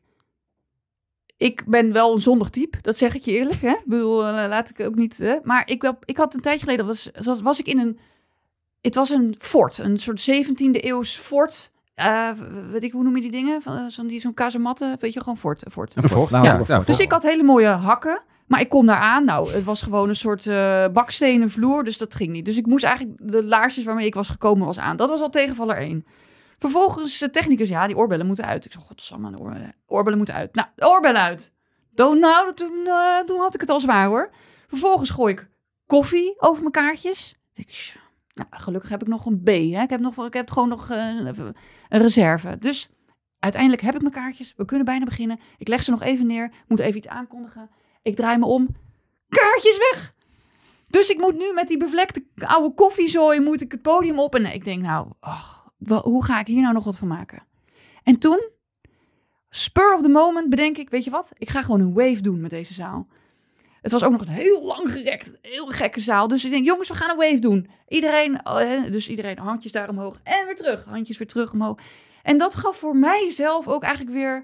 ik ben wel een zondig type, dat zeg ik je eerlijk. Hè? Ik bedoel, uh, laat ik ook niet... Hè? Maar ik, wel- ik had een tijdje geleden, was, was, was ik in een... Het was een fort, een soort zeventiende eeuws fort. Uh, weet ik, hoe noem je die dingen? Van, zo'n, die, zo'n kazematten, weet je, gewoon fort. Een fort. Een vocht. Nou, Ja, een ja, vocht. vocht. Dus ik had hele mooie hakken. Maar ik kom daar aan. Nou, het was gewoon een soort uh, bakstenen vloer. Dus dat ging niet. Dus ik moest eigenlijk de laarsjes waarmee ik was gekomen was aan. Dat was al tegenvaller één. Vervolgens de technicus. Ja, die oorbellen moeten uit. Ik zei, godsamme, de oorbellen, oorbellen moeten uit. Nou, de oorbellen uit. Dan, nou, toen, uh, toen had ik het al zwaar hoor. Vervolgens gooi ik koffie over mijn kaartjes. Ik, nou, gelukkig heb ik nog een B. Hè? Ik heb, nog, ik heb gewoon nog uh, een reserve. Dus uiteindelijk heb ik mijn kaartjes. We kunnen bijna beginnen. Ik leg ze nog even neer. Moet even iets aankondigen. Ik draai me om. Kaartjes weg! Dus ik moet nu met die bevlekte oude koffiezooi moet ik het podium op. En ik denk nou, ach, wel, hoe ga ik hier nou nog wat van maken? En toen, spur of the moment, bedenk ik, weet je wat? Ik ga gewoon een wave doen met deze zaal. Het was ook nog een heel lang gerekt, heel gekke zaal. Dus ik denk, jongens, we gaan een wave doen. Iedereen, dus iedereen handjes daar omhoog en weer terug. Handjes weer terug omhoog. En dat gaf voor mijzelf ook eigenlijk weer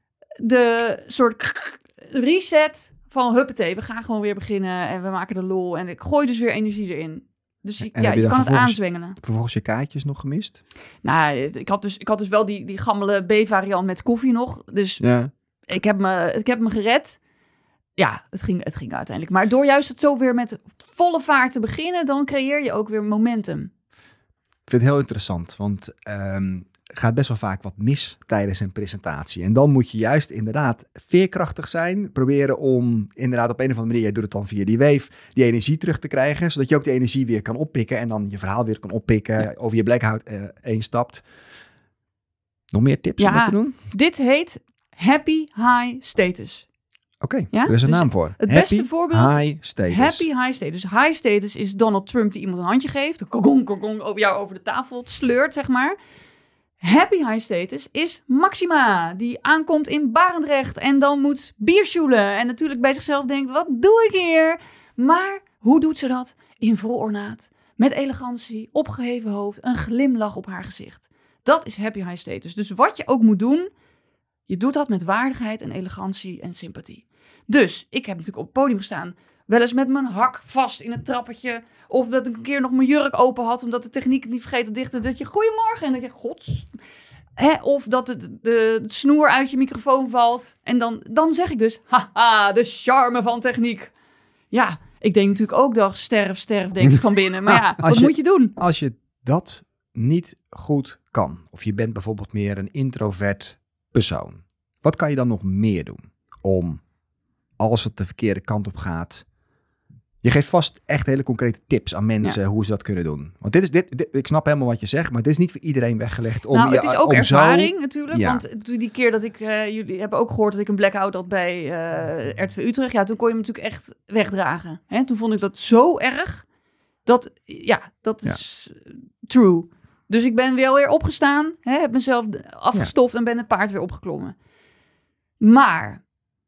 de soort reset van huppatee. We gaan gewoon weer beginnen en we maken de lol. En ik gooi dus weer energie erin. Dus ik, En ja, heb je je dan kan het vervolgens- aanzwengelen. Vervolgens je kaartjes nog gemist? Nou, het- ik had dus, ik had dus wel die, die gammele B-variant met koffie nog. Dus Ja. ik heb me, ik heb me gered. Ja, het ging, het ging uiteindelijk. Maar door juist het zo weer met volle vaart te beginnen, dan creëer je ook weer momentum. Ik vind het heel interessant, want um, gaat best wel vaak wat mis tijdens een presentatie. En dan moet je juist inderdaad veerkrachtig zijn. Proberen om inderdaad op een of andere manier, je doet het dan via die wave, die energie terug te krijgen. Zodat je ook die energie weer kan oppikken en dan je verhaal weer kan oppikken. Ja. Over je blackout uh, heen stapt. Nog meer tips Ja. om dat te doen? Dit heet Happy High Status. Oké, okay, Ja? er is een Dus naam voor. het Happy beste voorbeeld, High Status. Happy High Status. Dus high status is Donald Trump die iemand een handje geeft. Kogong, kogong, over jou over de tafel sleurt, zeg maar. Happy High Status is Maxima, die aankomt in Barendrecht en dan moet biersjoelen. En natuurlijk bij zichzelf denkt, wat doe ik hier? Maar hoe doet ze dat? In vol ornaat, met elegantie, opgeheven hoofd, een glimlach op haar gezicht. Dat is Happy High Status. Dus wat je ook moet doen, je doet dat met waardigheid en elegantie en sympathie. Dus ik heb natuurlijk op het podium gestaan, wel eens met mijn hak vast in het trappetje. Of dat ik een keer nog mijn jurk open had, omdat de techniek het niet vergeten dichten. Dat je goedemorgen en dat je gods. Hè, of dat de, de, de snoer uit je microfoon valt. En dan, dan zeg ik dus, haha, de charme van techniek. Ja, ik denk natuurlijk ook dat sterf, sterf, denk ik van binnen. Maar ja, Als wat je- moet je doen? Als je dat niet goed kan, of je bent bijvoorbeeld meer een introvert persoon, wat kan je dan nog meer doen om, als het de verkeerde kant op gaat, je geeft vast echt hele concrete tips aan mensen hoe ze dat kunnen doen. Want dit is, dit, dit, ik snap helemaal wat je zegt, maar dit is niet voor iedereen weggelegd om Nou, je het is ook om zo- ervaring natuurlijk. Ja. Want toen die keer dat ik... eh, jullie hebben ook gehoord dat ik een blackout had bij eh R T V Utrecht. Ja, toen kon je hem natuurlijk echt wegdragen. Hè? Toen vond ik dat zo erg. Dat, ja, dat Ja. is eh, true. Dus ik ben weer weer opgestaan. Hè, heb mezelf afgestoft en ben het paard weer opgeklommen. Maar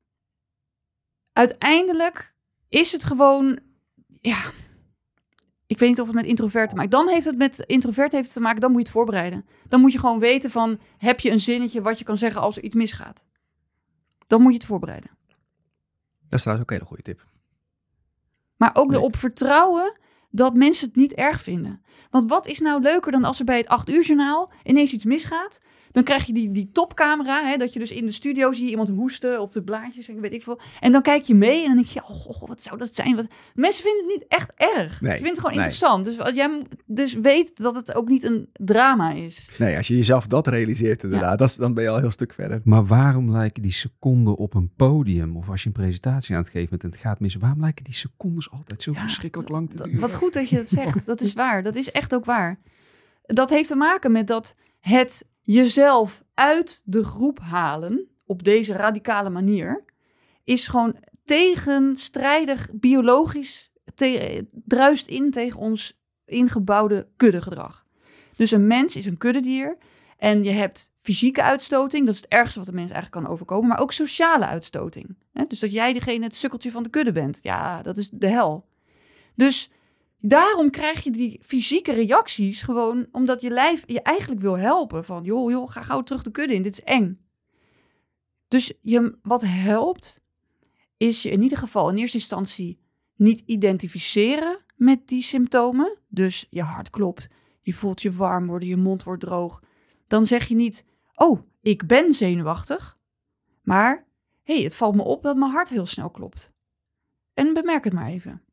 uiteindelijk is het gewoon... Ja, ik weet niet of het met introvert te maken. Dan heeft het met introvert heeft het te maken, dan moet je het voorbereiden. Dan moet je gewoon weten van, heb je een zinnetje wat je kan zeggen als er iets misgaat. Dan moet je het voorbereiden. Dat is trouwens ook een hele goede tip. Maar ook Nee. erop vertrouwen dat mensen het niet erg vinden. Want wat is nou leuker dan als er bij het acht uur journaal ineens iets misgaat? Dan krijg je die, die topcamera, hè, dat je dus in de studio zie je iemand hoesten of de blaadjes en weet ik veel. En dan kijk je mee en dan denk je, oh, oh wat zou dat zijn? Wat... Mensen vinden het niet echt erg. Nee, Ze vinden het gewoon nee. interessant. Dus als jij dus weet dat het ook niet een drama is. Nee, als je jezelf dat realiseert inderdaad, Ja. dat is, dan ben je al een heel stuk verder. Maar waarom lijken die seconden op een podium, of als je een presentatie aan het geven bent en het gaat mis, waarom lijken die secondes altijd zo Ja, verschrikkelijk lang te Dat- duren? wat goed dat je het zegt. Dat is waar. Dat is echt ook waar. Dat heeft te maken met dat het jezelf uit de groep halen op deze radicale manier is gewoon tegenstrijdig biologisch te, druist in tegen ons ingebouwde kuddegedrag. Dus een mens is een kuddedier en je hebt fysieke uitstoting, dat is het ergste wat de mens eigenlijk kan overkomen, maar ook sociale uitstoting. Hè? Dus dat jij degene het sukkeltje van de kudde bent, ja, dat is de hel. Dus daarom krijg je die fysieke reacties gewoon omdat je lijf je eigenlijk wil helpen. Van, joh, joh, ga gauw terug de kudde in, dit is eng. Dus je, wat helpt, is je in ieder geval in eerste instantie niet identificeren met die symptomen. Dus je hart klopt, je voelt je warm worden, je mond wordt droog. Dan zeg je niet, oh, ik ben zenuwachtig. Maar, hé, hey, het valt me op dat mijn hart heel snel klopt. En bemerk het maar even.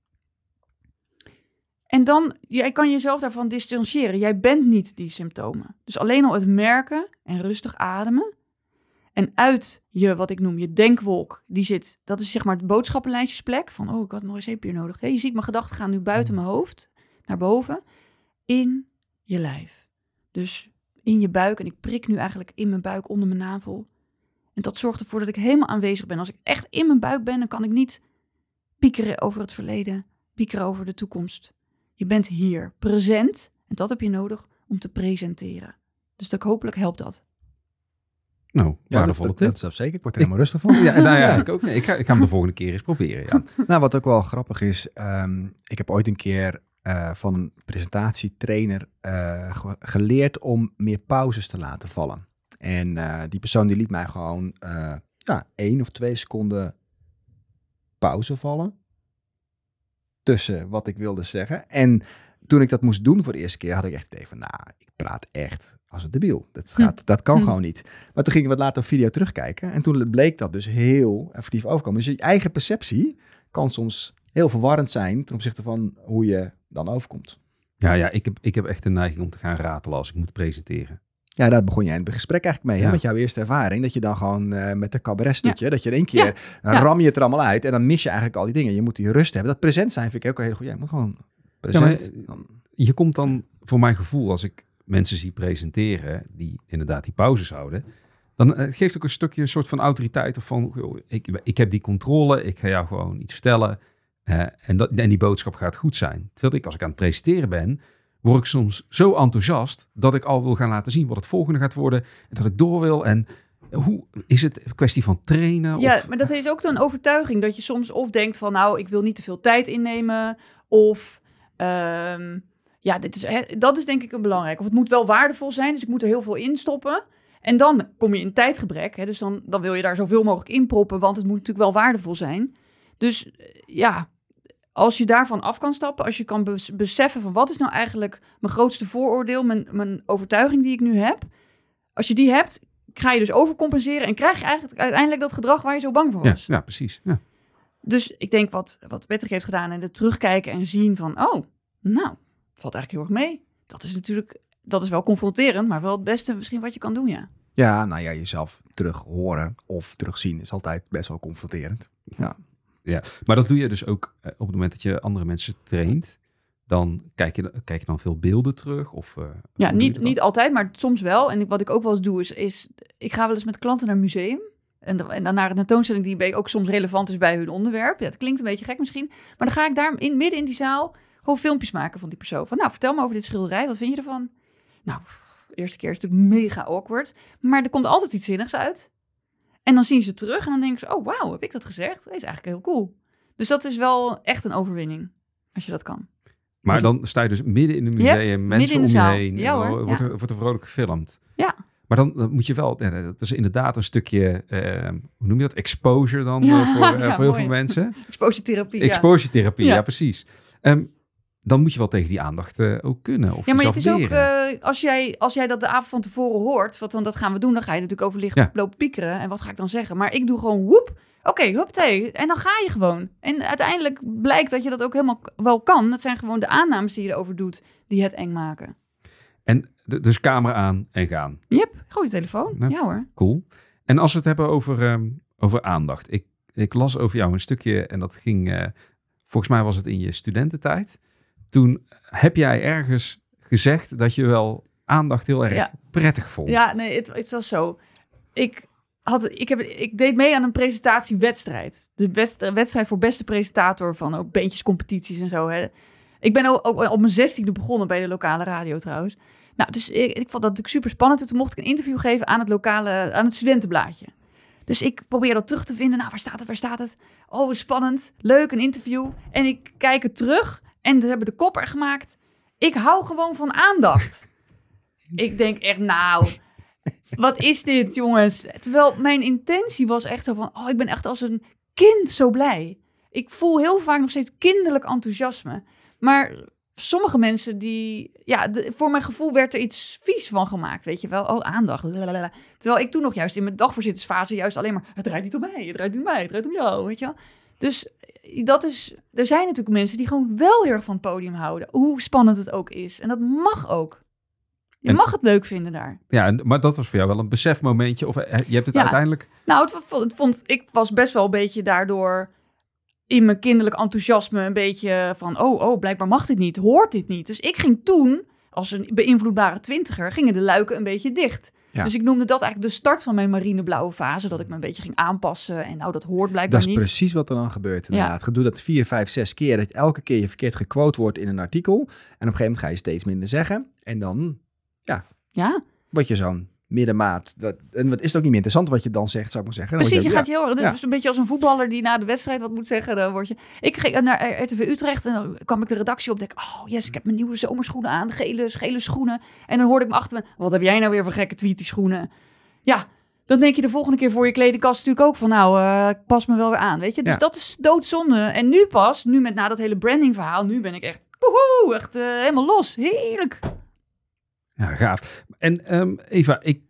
En dan, jij kan jezelf daarvan distancieren. Jij bent niet die symptomen. Dus alleen al het merken en rustig ademen. En uit je, wat ik noem, je denkwolk, die zit, dat is zeg maar de boodschappenlijstjesplek. Van, oh, ik had nog een zeepje nodig. Hey, je ziet mijn gedachten gaan nu buiten mijn hoofd, naar boven, in je lijf. Dus in je buik. En ik prik nu eigenlijk in mijn buik onder mijn navel. En dat zorgt ervoor dat ik helemaal aanwezig ben. Als ik echt in mijn buik ben, dan kan ik niet piekeren over het verleden, piekeren over de toekomst. Je bent hier, present. En dat heb je nodig om te presenteren. Dus dat, hopelijk helpt dat. Nou, Ja, waardevolle dat, tip. dat is wel zeker. Ik word er helemaal rustig van. Ja, nou ja, ik ook. Nee, ik, ga, ik ga hem de volgende keer eens proberen. Ja. Nou, wat ook wel grappig is, um, ik heb ooit een keer uh, van een presentatietrainer uh, ge- geleerd om meer pauzes te laten vallen. En uh, die persoon die liet mij gewoon uh, ja, één of twee seconden pauze vallen tussen wat ik wilde zeggen. En toen ik dat moest doen voor de eerste keer, had ik echt het idee van, nou, ik praat echt als een debiel. Dat, gaat, hm. dat kan hm. gewoon niet. Maar toen ging ik wat later een video terugkijken en toen bleek dat dus heel effectief overkomen. Dus je eigen perceptie kan soms heel verwarrend zijn ten opzichte van hoe je dan overkomt. Ja, ja ik, heb, ik heb echt een neiging om te gaan ratelen als ik moet presenteren. Ja, daar begon jij in het gesprek eigenlijk mee, ja. hè, met jouw eerste ervaring. Dat je dan gewoon uh, met een cabaretstukje, ja. dat je in één keer, ja. dan ja. ram je het er allemaal uit en dan mis je eigenlijk al die dingen. Je moet die rust hebben. Dat present zijn vind ik ook heel goed. Ja, je moet gewoon present. Ja, maar, je komt dan, voor mijn gevoel, als ik mensen zie presenteren die inderdaad die pauzes houden, dan uh, geeft ook een stukje een soort van autoriteit of van, joh, ik, ik heb die controle, ik ga jou gewoon iets vertellen uh, en, dat, en die boodschap gaat goed zijn. Terwijl ik, als ik aan het presenteren ben, word ik soms zo enthousiast dat ik al wil gaan laten zien wat het volgende gaat worden en dat ik door wil. En hoe is het een kwestie van trainen? Ja, of... maar dat is ook een overtuiging dat je soms of denkt van, nou, ik wil niet te veel tijd innemen of um, ja, dit is, hè, dat is denk ik een belangrijk. Of het moet wel waardevol zijn, dus ik moet er heel veel in stoppen. En dan kom je in tijdgebrek, hè, dus dan, dan wil je daar zoveel mogelijk in proppen, want het moet natuurlijk wel waardevol zijn. Dus ja, als je daarvan af kan stappen, als je kan bes- beseffen van wat is nou eigenlijk mijn grootste vooroordeel, mijn, mijn overtuiging die ik nu heb. Als je die hebt, ga je dus overcompenseren en krijg je eigenlijk uiteindelijk dat gedrag waar je zo bang voor was. Ja, ja precies. Ja. Dus ik denk wat, wat Patrick heeft gedaan en het terugkijken en zien van, oh, nou, valt eigenlijk heel erg mee. Dat is natuurlijk, dat is wel confronterend, maar wel het beste misschien wat je kan doen, ja. Ja, nou ja, jezelf terug horen of terugzien is altijd best wel confronterend. Ja. Ja, maar dat doe je dus ook uh, op het moment dat je andere mensen traint. Dan kijk je, kijk je dan veel beelden terug? Of, uh, ja, niet, niet altijd, maar soms wel. En wat ik ook wel eens doe, is, is ik ga wel eens met klanten naar een museum. En, de, en dan naar een tentoonstelling die ook soms relevant is bij hun onderwerp. Ja, het klinkt een beetje gek misschien. Maar dan ga ik daar in, midden in die zaal gewoon filmpjes maken van die persoon. Van, nou, vertel me over dit schilderij. Wat vind je ervan? Nou, de eerste keer is het natuurlijk mega awkward. Maar er komt altijd iets zinnigs uit. En dan zien ze terug en dan denken ze, oh wauw, heb ik dat gezegd? Dat is eigenlijk heel cool. Dus dat is wel echt een overwinning, als je dat kan. Maar dan sta je dus midden in een museum, ja, mensen om je zaal. heen. Ja, hoor, wordt, ja. er, wordt er vrolijk gefilmd. Ja. Maar dan, dan moet je wel, ja, dat is inderdaad een stukje, uh, hoe noem je dat, exposure dan ja, uh, voor, uh, ja, voor heel mooi. veel mensen. Exposure-therapie, Exposure-therapie, ja. ja. ja, precies. Um, dan moet je wel tegen die aandacht uh, ook kunnen. Of ja, maar het jezelf is leren. ook, uh, als, jij, als jij dat de avond van tevoren hoort, wat dan dat gaan we doen, dan ga je natuurlijk over licht Ja. lopen piekeren. En wat ga ik dan zeggen? Maar ik doe gewoon woep, oké, okay, huppatee. En dan ga je gewoon. En uiteindelijk blijkt dat je dat ook helemaal wel kan. Dat zijn gewoon de aannames die je erover doet, die het eng maken. En d- dus camera aan en gaan. Yep, gooi je telefoon. Ja. Ja hoor. Cool. En als we het hebben over, um, over aandacht. Ik, ik las over jou een stukje en dat ging... Uh, volgens mij was het in je studententijd. Toen heb jij ergens gezegd dat je wel aandacht heel erg Ja. prettig vond. Ja, nee, het, het was zo. Ik, had, ik, heb, ik deed mee aan een presentatiewedstrijd. De beste, wedstrijd voor beste presentator van ook beentjescompetities en zo. Hè. Ik ben ook, ook op mijn zestiende begonnen bij de lokale radio trouwens. Nou, dus ik, ik vond dat natuurlijk super spannend. Toen mocht ik een interview geven aan het lokale, aan het studentenblaadje. Dus ik probeer dat terug te vinden. Nou, waar staat het, waar staat het? Oh, spannend, leuk, een interview. En ik kijk het terug en ze hebben de kop er gemaakt. Ik hou gewoon van aandacht. Ik denk echt, nou, wat is dit, jongens? Terwijl mijn intentie was echt zo van, oh, ik ben echt als een kind zo blij. Ik voel heel vaak nog steeds kinderlijk enthousiasme. Maar sommige mensen die, ja, de, voor mijn gevoel werd er iets vies van gemaakt, weet je wel. Oh, aandacht. Lalalala. Terwijl ik toen nog juist in mijn dagvoorzittersfase juist alleen maar, het draait niet om mij, het draait niet om mij, het draait om jou, weet je wel. Dus dat is, er zijn natuurlijk mensen die gewoon wel heel erg van het podium houden, hoe spannend het ook is. En dat mag ook. Je en, mag het leuk vinden daar. Ja, en, maar dat was voor jou wel een besefmomentje. Of uh, je hebt het ja. uiteindelijk... Nou, het, het vond, ik was best wel een beetje daardoor in mijn kinderlijk enthousiasme een beetje van, oh, oh, blijkbaar mag dit niet, hoort dit niet. Dus ik ging toen, als een beïnvloedbare twintiger, gingen de luiken een beetje dicht. Ja. Dus ik noemde dat eigenlijk de start van mijn marineblauwe fase, dat ik me een beetje ging aanpassen. En nou, dat hoort blijkbaar niet. Dat is niet. Precies wat er dan gebeurt inderdaad. Ja. Doe dat vier, vijf, zes keer, dat elke keer je verkeerd gequote wordt in een artikel. En op een gegeven moment ga je steeds minder zeggen. En dan, ja, ja. word je zo'n middenmaat. En wat is het ook niet meer interessant wat je dan zegt, zou ik maar zeggen. Precies, je, je gaat ja. heel dus ja. een beetje als een voetballer die na de wedstrijd wat moet zeggen. Dan word je. Ik ging naar R T V Utrecht en dan kwam ik de redactie op. Denk, oh yes, ik heb mijn nieuwe zomerschoenen aan, gele, gele schoenen. En dan hoorde ik me achter me, wat heb jij nou weer voor gekke tweet die schoenen? Ja, dan denk je de volgende keer voor je kledingkast natuurlijk ook van, nou, uh, ik pas me wel weer aan, weet je. Dus ja. dat is doodzonde. En nu pas, nu met na dat hele branding verhaal, nu ben ik echt, woehoe, echt uh, helemaal los. Heerlijk. Ja, gaaf. En um, Eva, ik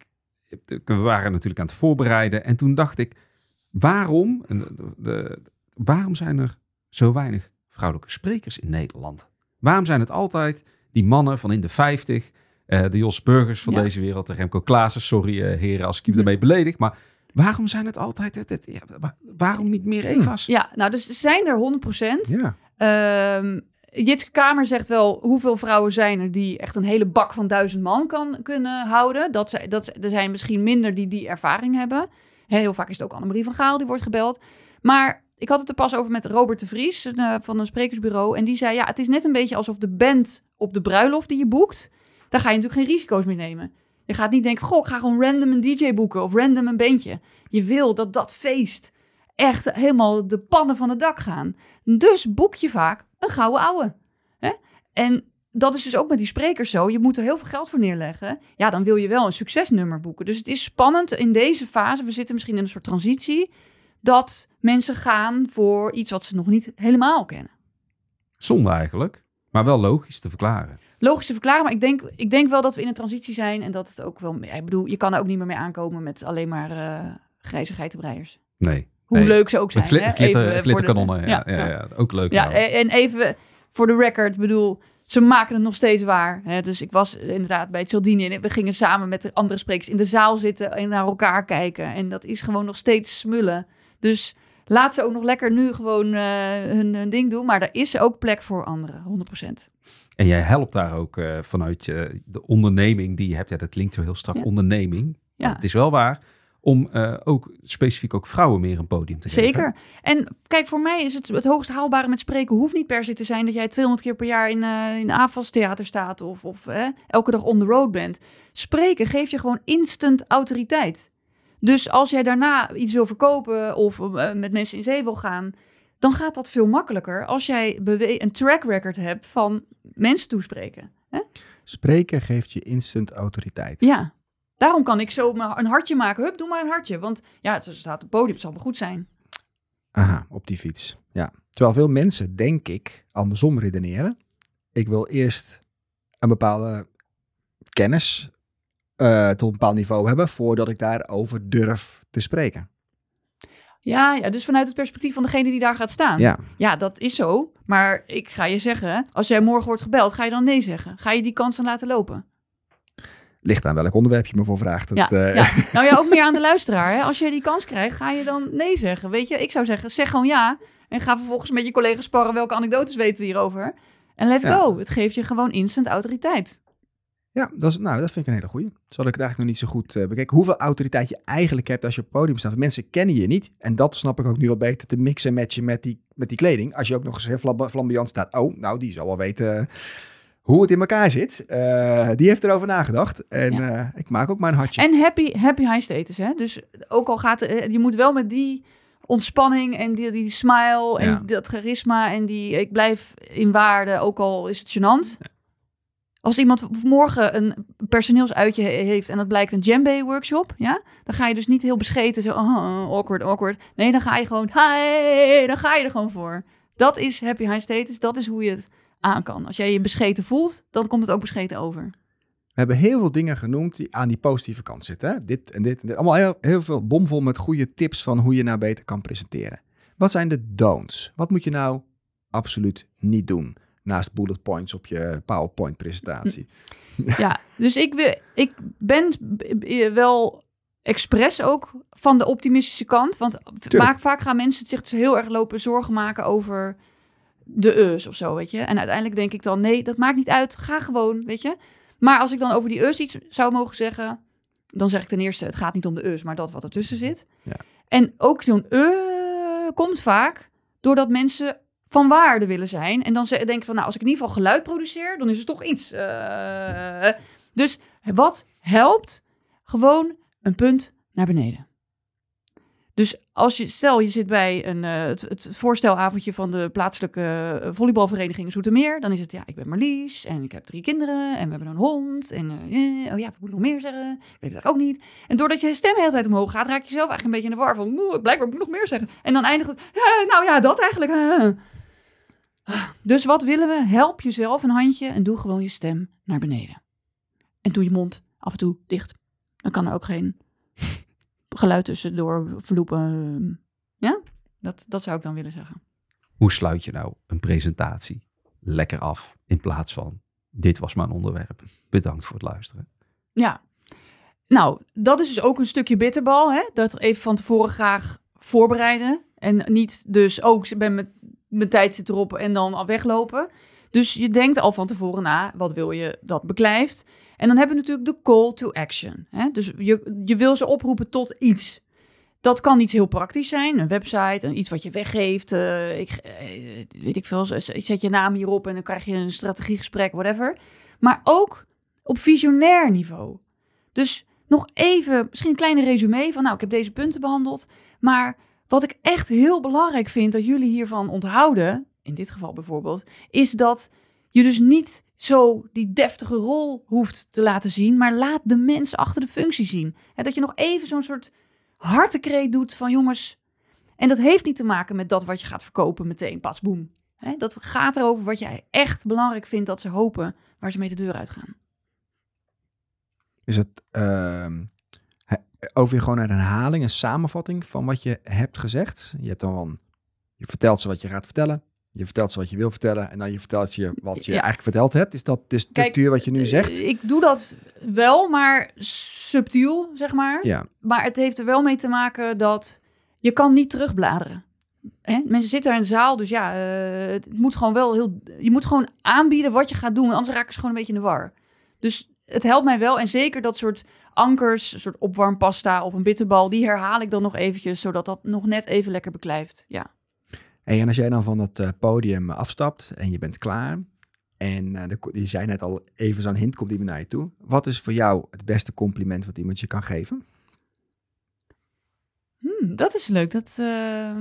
we waren natuurlijk aan het voorbereiden en toen dacht ik, waarom, de, de, waarom zijn er zo weinig vrouwelijke sprekers in Nederland? Waarom zijn het altijd die mannen van in de vijftig, uh, de Jos Burgers van ja. deze wereld, de Remco Klaassen, sorry uh, heren als ik je ermee beledig, maar waarom zijn het altijd, het, het, ja, waarom niet meer Eva's? Ja, nou dus zijn er honderd procent. Ja. Um, Jitske Kamer zegt wel, hoeveel vrouwen zijn er die echt een hele bak van duizend man kan, kunnen houden. Dat, ze, dat, er zijn misschien minder die die ervaring hebben. Heel vaak is het ook Annemarie van Gaal die wordt gebeld. Maar ik had het er pas over met Robert de Vries uh, van een sprekersbureau. En die zei, ja, het is net een beetje alsof de band op de bruiloft die je boekt, daar ga je natuurlijk geen risico's meer nemen. Je gaat niet denken, goh, ik ga gewoon random een D J boeken of random een bandje. Je wil dat dat feest echt helemaal de pannen van het dak gaan. Dus boek je vaak een gouden ouwe. Hè? En dat is dus ook met die sprekers zo. Je moet er heel veel geld voor neerleggen. Ja, dan wil je wel een succesnummer boeken. Dus het is spannend in deze fase. We zitten misschien in een soort transitie. Dat mensen gaan voor iets wat ze nog niet helemaal kennen. Zonde eigenlijk. Maar wel logisch te verklaren. Logisch te verklaren. Maar ik denk, ik denk wel dat we in een transitie zijn. En dat het ook wel... Ik bedoel, je kan er ook niet meer mee aankomen met alleen maar uh, grijze geitenbreiers. Nee. Hoe nee. leuk ze ook zijn. Met gl- hè? glitter, glitterkanonnen. Ja, ja, ja, ja, ja, ook leuk. Ja, en even voor de record, bedoel, ze maken het nog steeds waar. Hè? Dus ik was inderdaad bij het Cialdini en we gingen samen met de andere sprekers in de zaal zitten en naar elkaar kijken. En dat is gewoon nog steeds smullen. Dus laat ze ook nog lekker nu gewoon uh, hun, hun ding doen. Maar er is ook plek voor anderen, honderd procent. En jij helpt daar ook uh, vanuit je, de onderneming die je hebt. Ja, dat klinkt zo heel strak, ja. onderneming. Ja. Het is wel waar. Om uh, ook specifiek ook vrouwen meer een podium te geven. Zeker. En kijk, voor mij is het het hoogst haalbare met spreken hoeft niet per se te zijn dat jij tweehonderd keer per jaar in, uh, in A F A S-theater staat of, of eh, elke dag on the road bent. Spreken geeft je gewoon instant autoriteit. Dus als jij daarna iets wil verkopen of uh, met mensen in zee wil gaan, dan gaat dat veel makkelijker als jij bewe- een track record hebt van mensen toespreken. Hè? Spreken geeft je instant autoriteit. Ja. Daarom kan ik zo een hartje maken. Hup, doe maar een hartje. Want ja, het staat op het podium, het zal wel goed zijn. Aha, op die fiets. Ja. Terwijl veel mensen, denk ik, andersom redeneren. ik wil eerst een bepaalde kennis uh, tot een bepaald niveau hebben voordat ik daarover durf te spreken. Ja, ja, dus vanuit het perspectief van degene die daar gaat staan. Ja, ja, dat is zo. Maar ik ga je zeggen, als jij morgen wordt gebeld, ga je dan nee zeggen? Ga je die kans dan laten lopen? Ligt aan welk onderwerp je me voor vraagt. Ja, het, uh... ja. Nou ja, ook meer aan de luisteraar. Hè? Als je die kans krijgt, ga je dan nee zeggen? Weet je, ik zou zeggen, zeg gewoon ja. En ga vervolgens met je collega's sparren welke anekdotes weten we hierover. En let's Ja. go. Het geeft je gewoon instant autoriteit. Ja, dat, is, nou, dat vind ik een hele goeie. Zal ik het eigenlijk nog niet zo goed uh, bekijken. Hoeveel autoriteit je eigenlijk hebt als je op het podium staat. Mensen kennen je niet. En dat snap ik ook nu wel beter te mixen en matchen met die, met die kleding. Als je ook nog eens heel flam- flamboyant staat. Oh, nou, die zal wel weten uh, hoe het in elkaar zit. Uh, die heeft erover nagedacht. En ja. uh, ik maak ook maar een hartje. En happy, happy high status. Hè? Dus ook al gaat uh, je moet wel met die ontspanning en die, die smile en Ja. dat charisma en die ik blijf in waarde, ook al is het gênant. Ja. Als iemand morgen een personeelsuitje heeft en dat blijkt een djembe workshop, ja, dan ga je dus niet heel bescheten zo, oh, awkward, awkward. Nee, dan ga je gewoon, hi, dan ga je er gewoon voor. Dat is happy high status, dat is hoe je het aan kan. Als jij je bescheten voelt, dan komt het ook bescheten over. We hebben heel veel dingen genoemd die aan die positieve kant zitten. Hè? Dit en dit en dit. Allemaal heel, heel veel bomvol met goede tips van hoe je nou beter kan presenteren. Wat zijn de don'ts? Wat moet je nou absoluut niet doen? Naast bullet points op je PowerPoint-presentatie. Ja, dus ik, wil, ik ben wel expres ook van de optimistische kant. Want vaak, vaak gaan mensen zich heel erg lopen zorgen maken over de us of zo, weet je. En uiteindelijk denk ik dan, nee, dat maakt niet uit. Ga gewoon, weet je. Maar als ik dan over die us iets zou mogen zeggen, dan zeg ik ten eerste, het gaat niet om de us, maar dat wat ertussen zit. Ja. En ook zo'n uh komt vaak doordat mensen van waarde willen zijn. En dan denk ik van, nou, als ik in ieder geval geluid produceer, dan is het toch iets. Uh, dus wat helpt? Gewoon een punt naar beneden. Dus als je, stel je zit bij een, uh, het, het voorstelavondje van de plaatselijke volleybalvereniging in Zoetermeer, dan is het, ja, ik ben Marlies en ik heb drie kinderen en we hebben een hond en, uh, oh ja, wat moet ik nog meer zeggen? Ik weet het ook niet. En doordat je stem de hele tijd omhoog gaat, raak je zelf eigenlijk een beetje in de war van, moe, blijkbaar moet ik nog meer zeggen. En dan eindigt het, uh, nou ja, dat eigenlijk. Uh. Dus wat willen we? Help jezelf een handje en doe gewoon je stem naar beneden. En doe je mond af en toe dicht. Dan kan er ook geen geluid tussendoor vloepen. Ja, dat, dat zou ik dan willen zeggen. Hoe sluit je nou een presentatie lekker af in plaats van dit was mijn onderwerp. Bedankt voor het luisteren. Ja, nou, dat is dus ook een stukje bitterbal. Hè? Dat even van tevoren graag voorbereiden. En niet dus, oh, ik ben met mijn tijd zit erop en dan al weglopen. Dus je denkt al van tevoren na, wat wil je dat beklijft? En dan hebben we natuurlijk de call to action. Hè? Dus je, je wil ze oproepen tot iets. Dat kan iets heel praktisch zijn. Een website, een, iets wat je weggeeft. Uh, ik, uh, weet ik veel, ik zet je naam hierop en dan krijg je een strategiegesprek, whatever. Maar ook op visionair niveau. Dus nog even, misschien een kleine resume van, nou, ik heb deze punten behandeld. Maar wat ik echt heel belangrijk vind dat jullie hiervan onthouden, in dit geval bijvoorbeeld, is dat je dus niet zo die deftige rol hoeft te laten zien, maar laat de mens achter de functie zien. En dat je nog even zo'n soort hartekreet doet van jongens. En dat heeft niet te maken met dat wat je gaat verkopen meteen, pas boem. He, dat gaat erover wat jij echt belangrijk vindt dat ze hopen, waar ze mee de deur uitgaan. Is het uh, over je gewoon een herhaling, een samenvatting van wat je hebt gezegd? Je hebt dan van, je vertelt ze wat je gaat vertellen. Je vertelt ze wat je wil vertellen en dan je vertelt je wat je ja. eigenlijk verteld hebt. Is dat de structuur Kijk, wat je nu zegt? Ik doe dat wel, maar subtiel, zeg maar. Ja. Maar het heeft er wel mee te maken dat je kan niet terugbladeren. Hè? Mensen zitten daar in de zaal, dus ja, uh, het moet gewoon wel heel. Je moet gewoon aanbieden wat je gaat doen, anders raken ze gewoon een beetje in de war. Dus het helpt mij wel en zeker dat soort ankers, een soort opwarmpasta of een bitterbal, die herhaal ik dan nog eventjes, zodat dat nog net even lekker beklijft. Ja. Hey, en als jij dan van het uh, podium afstapt en je bent klaar en uh, de, je zei net al even zo'n hint komt iemand naar je toe. Wat is voor jou het beste compliment wat iemand je kan geven? Hmm, dat is leuk. Dat, uh...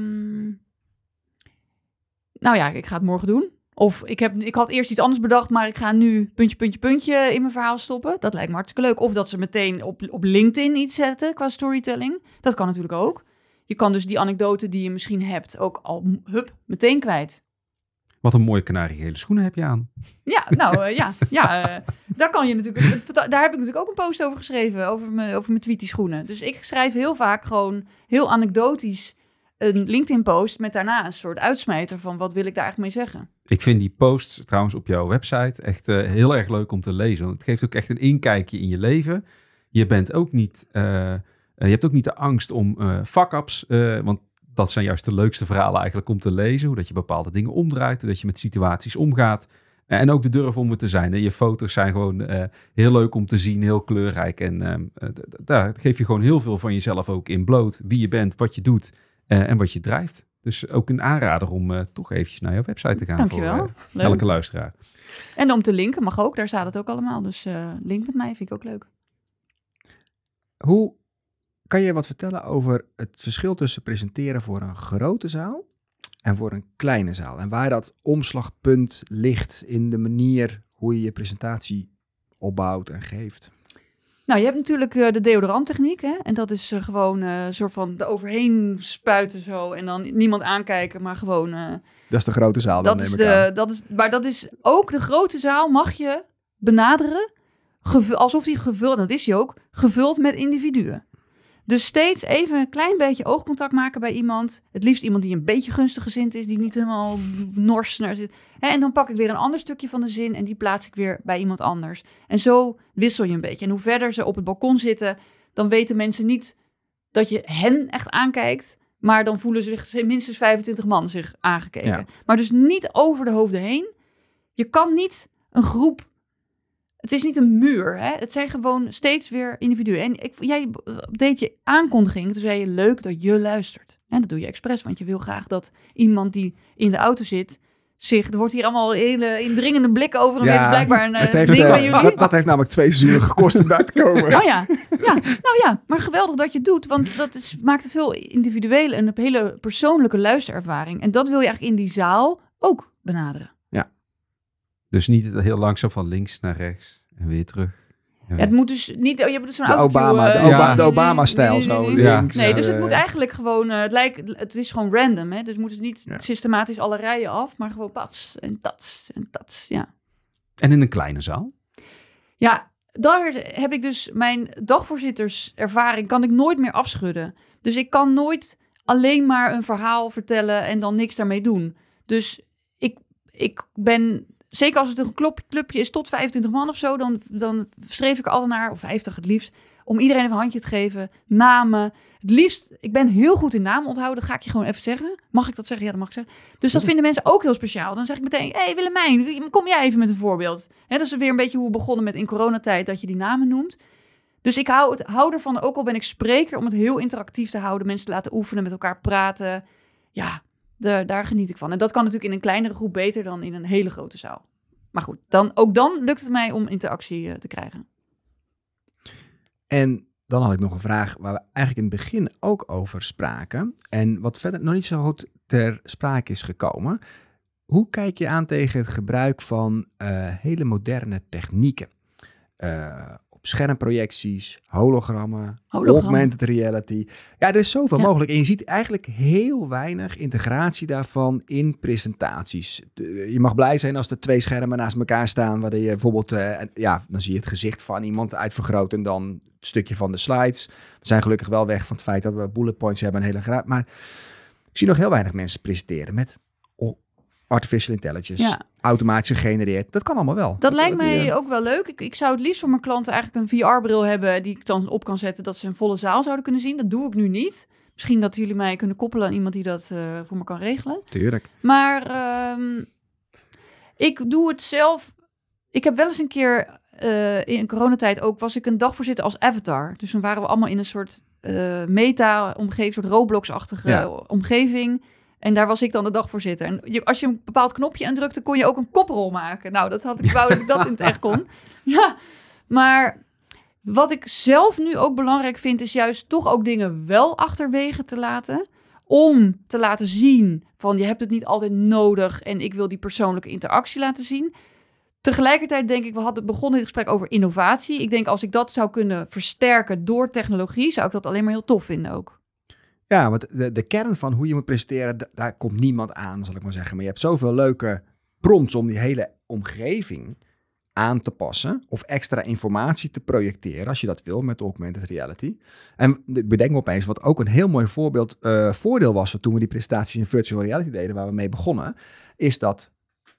Nou ja, ik ga het morgen doen. Of ik, heb, ik had eerst iets anders bedacht, maar ik ga nu puntje, puntje, puntje in mijn verhaal stoppen. Dat lijkt me hartstikke leuk. Of dat ze meteen op, op LinkedIn iets zetten qua storytelling. Dat kan natuurlijk ook. Je kan dus die anekdote die je misschien hebt ook al hup, meteen kwijt. Wat een mooie kanariegele schoenen heb je aan. Ja, nou uh, ja, ja uh, daar kan je natuurlijk. Daar heb ik natuurlijk ook een post over geschreven, over mijn, over mijn tweetie schoenen. Dus ik schrijf heel vaak gewoon heel anekdotisch een LinkedIn-post met daarna een soort uitsmijter van wat wil ik daar eigenlijk mee zeggen. Ik vind die posts trouwens op jouw website echt uh, heel erg leuk om te lezen. Want het geeft ook echt een inkijkje in je leven. Je bent ook niet, uh, uh, je hebt ook niet de angst om uh, fuck-ups, uh, want dat zijn juist de leukste verhalen eigenlijk om te lezen. Hoe dat je bepaalde dingen omdraait, hoe dat je met situaties omgaat. Uh, en ook de durf om het te zijn. Hè. Je foto's zijn gewoon uh, heel leuk om te zien, heel kleurrijk. En uh, d- d- daar geef je gewoon heel veel van jezelf ook in bloot. Wie je bent, wat je doet uh, en wat je drijft. Dus ook een aanrader om uh, toch eventjes naar jouw website te gaan. Dankjewel. Voor uh, elke luisteraar. En om te linken mag ook, daar staat het ook allemaal. Dus uh, link met mij vind ik ook leuk. Hoe kan je wat vertellen over het verschil tussen presenteren voor een grote zaal en voor een kleine zaal? En waar dat omslagpunt ligt in de manier hoe je je presentatie opbouwt en geeft? Nou, je hebt natuurlijk uh, de deodoranttechniek, hè? En dat is uh, gewoon een uh, soort van er overheen spuiten zo en dan niemand aankijken, maar gewoon... Uh, dat is de grote zaal, dan dat neem is ik de, aan. dat is, maar dat is ook de grote zaal mag je benaderen, gevu- alsof die gevuld, dat is die ook, gevuld met individuen. Dus steeds even een klein beetje oogcontact maken bij iemand. Het liefst iemand die een beetje gunstig gezind is, die niet helemaal nors naar zit. En dan pak ik weer een ander stukje van de zin en die plaats ik weer bij iemand anders. En zo wissel je een beetje. En hoe verder ze op het balkon zitten, dan weten mensen niet dat je hen echt aankijkt. Maar dan voelen zich minstens vijfentwintig man zich aangekeken. Ja. Maar dus niet over de hoofden heen. Je kan niet een groep... Het is niet een muur, hè? Het zijn gewoon steeds weer individuen. En ik, jij deed je aankondiging, toen zei je leuk dat je luistert. En dat doe je expres, want je wil graag dat iemand die in de auto zit zich... Er wordt hier allemaal hele indringende blikken over en Ja, dit is blijkbaar een het uh, heeft, ding uh, bij jullie. dat, dat heeft namelijk twee seizoenen gekost om daar te komen. Oh ja. ja, nou ja, maar geweldig dat je het doet, want dat is, maakt het veel individueel en een hele persoonlijke luisterervaring. En dat wil je eigenlijk in die zaal ook benaderen. Dus niet heel langzaam van links naar rechts en weer terug. Ja, het moet dus niet... Je hebt dus zo'n De autocue, Obama, de uh, Oba- ja. de Obama-stijl nee, nee, zo nee, nee. Ja. links. Nee, dus het uh, moet eigenlijk gewoon... Uh, het, lijkt, het is gewoon random, hè. Dus het moet dus niet Ja. systematisch alle rijen af, maar gewoon pats en tats en tats, ja. En in een kleine zaal? Ja, daar heb ik dus mijn dagvoorzitterservaring kan ik nooit meer afschudden. Dus ik kan nooit alleen maar een verhaal vertellen en dan niks daarmee doen. Dus ik, ik ben... Zeker als het een klop, clubje is tot vijfentwintig man of zo, dan, dan streef ik er altijd naar, of vijftig het liefst, om iedereen even een handje te geven. Namen. Het liefst, ik ben heel goed in namen onthouden, dat ga ik je gewoon even zeggen. Mag ik dat zeggen? Ja, dat mag ik zeggen. Dus dat vinden mensen ook heel speciaal. Dan zeg ik meteen, hé hey, Willemijn, kom jij even met een voorbeeld. Hè, dat is weer een beetje hoe we begonnen met in coronatijd, dat je die namen noemt. Dus ik hou, het, hou ervan, ook al ben ik spreker, om het heel interactief te houden. Mensen te laten oefenen, met elkaar praten. Ja, de, daar geniet ik van. En dat kan natuurlijk in een kleinere groep beter dan in een hele grote zaal. Maar goed, dan, ook dan lukt het mij om interactie uh, te krijgen. En dan had ik nog een vraag waar we eigenlijk in het begin ook over spraken. En wat verder nog niet zo goed ter sprake is gekomen. Hoe kijk je aan tegen het gebruik van uh, hele moderne technieken? Uh, op schermprojecties, hologrammen, Hologrammen. augmented reality. Ja, er is zoveel Ja. mogelijk. En je ziet eigenlijk heel weinig integratie daarvan in presentaties. De- je mag blij zijn als er twee schermen naast elkaar staan, waar je bijvoorbeeld, uh, ja, dan zie je het gezicht van iemand uitvergroot en dan het stukje van de slides. We zijn gelukkig wel weg van het feit dat we bullet points hebben en hele graag. Maar ik zie nog heel weinig mensen presenteren met oh, artificial intelligence, Ja. automatisch gegenereerd. Dat kan allemaal wel. Dat lijkt die, mij uh, ook ook wel leuk. Ik, ik zou het liefst voor mijn klanten eigenlijk een V R-bril hebben die ik dan op kan zetten, dat ze een volle zaal zouden kunnen zien. Dat doe ik nu niet. Misschien dat jullie mij kunnen koppelen aan iemand die dat uh, voor me kan regelen. Tuurlijk. Maar um, ik doe het zelf. Ik heb wel eens een keer uh, in coronatijd ook, was ik een dagvoorzitter als avatar. Dus dan waren we allemaal in een soort uh, meta-omgeving, een soort Roblox-achtige Ja. omgeving. En daar was ik dan de dagvoorzitter. En je, als je een bepaald knopje indrukte, kon je ook een koprol maken. Nou, dat had ik, wou dat ik dat in het echt kon. Ja, maar wat ik zelf nu ook belangrijk vind, is juist toch ook dingen wel achterwege te laten. Om te laten zien van je hebt het niet altijd nodig en ik wil die persoonlijke interactie laten zien. Tegelijkertijd denk ik, we hadden begonnen dit gesprek over innovatie. Ik denk als ik dat zou kunnen versterken door technologie, zou ik dat alleen maar heel tof vinden ook. Ja, want de, de kern van hoe je moet presenteren, d- daar komt niemand aan, zal ik maar zeggen. Maar je hebt zoveel leuke prompts om die hele omgeving aan te passen of extra informatie te projecteren als je dat wil met augmented reality. En ik bedenk me opeens wat ook een heel mooi voorbeeld uh, voordeel was toen we die presentaties in virtual reality deden waar we mee begonnen, is dat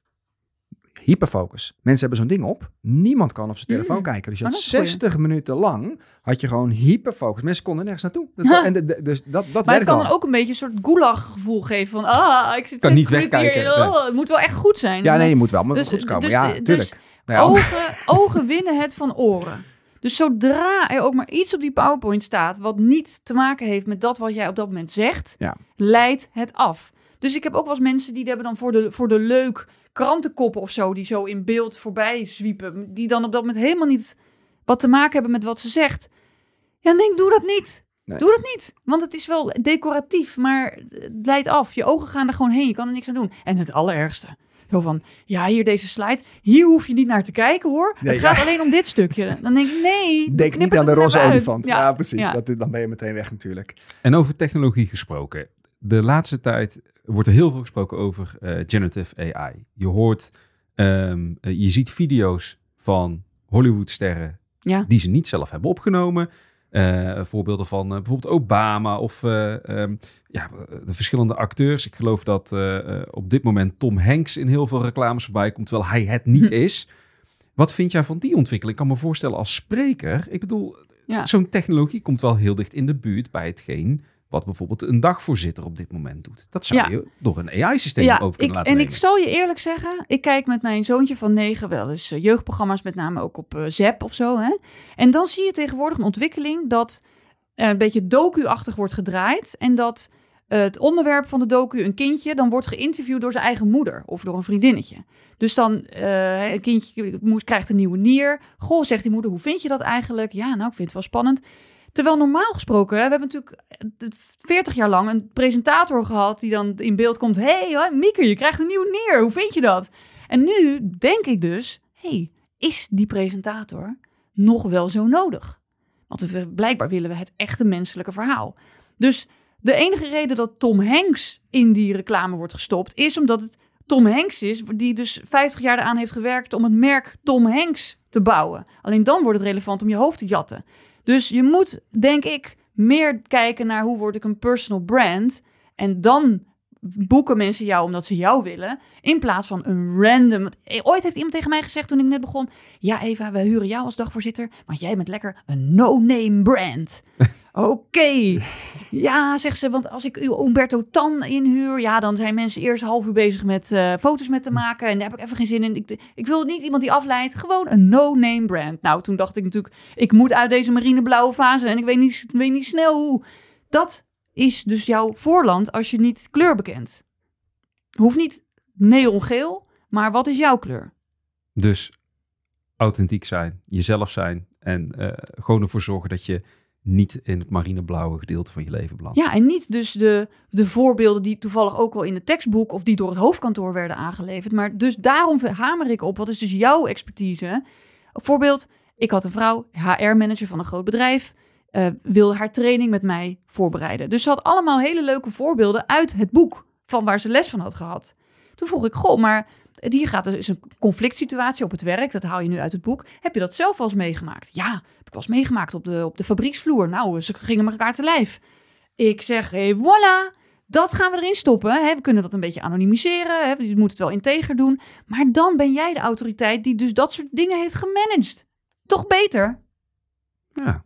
hyperfocus. Mensen hebben zo'n ding op. Niemand kan op zijn telefoon mm. kijken. Dus je had zestig minuten lang had je gewoon hyperfocus. Mensen konden nergens naartoe. Dat, en de, de, dus dat, dat maar het kan al. dan ook een beetje een soort gulag gevoel geven van ah, ik zit kan niet wegkijken. Hier, oh, het moet wel echt goed zijn. Ja, nee, je moet wel maar dus, goed komen. Dus, ja, dus, tuurlijk. Dus nou ja. ogen, ogen winnen het van oren. Dus zodra er ook maar iets op die PowerPoint staat wat niet te maken heeft met dat wat jij op dat moment zegt, ja. leidt het af. Dus ik heb ook wel eens mensen die hebben dan voor de, voor de leuk krantenkoppen of zo, die zo in beeld voorbij zwiepen, die dan op dat moment helemaal niet wat te maken hebben met wat ze zegt. Ja, dan denk ik, doe dat niet. Nee. Doe dat niet. Want het is wel decoratief, maar het leidt af. Je ogen gaan er gewoon heen. Je kan er niks aan doen. En het allerergste. Zo van, ja, hier deze slide. Hier hoef je niet naar te kijken, hoor. Nee, het ja. gaat alleen om dit stukje. Dan denk ik, nee. Denk niet aan de roze olifant. Ja, ja precies. Ja. Dat, dan ben je meteen weg natuurlijk. En over technologie gesproken. De laatste tijd wordt er heel veel gesproken over uh, generative A I. Je hoort, um, uh, je ziet video's van Hollywoodsterren ja. die ze niet zelf hebben opgenomen. Uh, voorbeelden van uh, bijvoorbeeld Obama of uh, um, ja, de verschillende acteurs. Ik geloof dat uh, uh, op dit moment Tom Hanks in heel veel reclames voorbij komt, terwijl hij het niet hm. is. Wat vind jij van die ontwikkeling? Ik kan me voorstellen als spreker. Ik bedoel, ja. zo'n technologie komt wel heel dicht in de buurt bij hetgeen wat bijvoorbeeld een dagvoorzitter op dit moment doet. Dat zou ja. je door een A I-systeem ja, over kunnen ik, laten en nemen. Ik zal je eerlijk zeggen, ik kijk met mijn zoontje van negen wel eens uh, jeugdprogramma's, met name ook op uh, Zep of zo. Hè? En dan zie je tegenwoordig een ontwikkeling dat uh, een beetje docu-achtig wordt gedraaid en dat uh, het onderwerp van de docu, een kindje, dan wordt geïnterviewd door zijn eigen moeder of door een vriendinnetje. Dus dan, uh, een kindje moet, krijgt een nieuwe nier. Goh, zegt die moeder, hoe vind je dat eigenlijk? Ja, nou, ik vind het wel spannend. Terwijl normaal gesproken, we hebben natuurlijk veertig jaar lang een presentator gehad die dan in beeld komt. Hé, hey, Mieke, je krijgt een nieuwe nier. Hoe vind je dat? En nu denk ik dus, hé, hey, is die presentator nog wel zo nodig? Want we, blijkbaar willen we het echte menselijke verhaal. Dus de enige reden dat Tom Hanks in die reclame wordt gestopt, is omdat het Tom Hanks is, die dus vijftig jaar eraan heeft gewerkt om het merk Tom Hanks te bouwen. Alleen dan wordt het relevant om je hoofd te jatten. Dus je moet, denk ik, meer kijken naar hoe word ik een personal brand. En dan boeken mensen jou omdat ze jou willen. In plaats van een random... Ooit heeft iemand tegen mij gezegd toen ik net begon. Ja, Eva, we huren jou als dagvoorzitter. Maar jij bent lekker een no-name brand. Oké. Okay. Ja, zegt ze, want als ik Umberto Tan inhuur... Ja, dan zijn mensen eerst half uur bezig met uh, foto's met te maken. En daar heb ik even geen zin in. Ik, ik wil niet iemand die afleidt. Gewoon een no-name brand. Nou, toen dacht ik natuurlijk... Ik moet uit deze marineblauwe fase. En ik weet niet, weet niet snel hoe. Dat is dus jouw voorland als je niet kleur bekent. Hoeft niet neongeel, maar wat is jouw kleur? Dus authentiek zijn, jezelf zijn en uh, gewoon ervoor zorgen dat je niet in het marineblauwe gedeelte van je leven belandt. Ja, en niet dus de, de voorbeelden die toevallig ook al in het tekstboek of die door het hoofdkantoor werden aangeleverd. Maar dus daarom hamer ik op, wat is dus jouw expertise? Voorbeeld, ik had een vrouw, H R-manager van een groot bedrijf, uh, wilde haar training met mij voorbereiden. Dus ze had allemaal hele leuke voorbeelden uit het boek van waar ze les van had gehad. Toen vroeg ik, goh, maar hier gaat er dus een conflict situatie op het werk. Dat haal je nu uit het boek. Heb je dat zelf wel eens meegemaakt? Ja, heb ik wel eens meegemaakt op de, op de fabrieksvloer. Nou, ze gingen met elkaar te lijf. Ik zeg, hey, voilà, dat gaan we erin stoppen. Hè. We kunnen dat een beetje anonimiseren. Hè. Je moet het wel integer doen. Maar dan ben jij de autoriteit die dus dat soort dingen heeft gemanaged. Toch beter? Ja.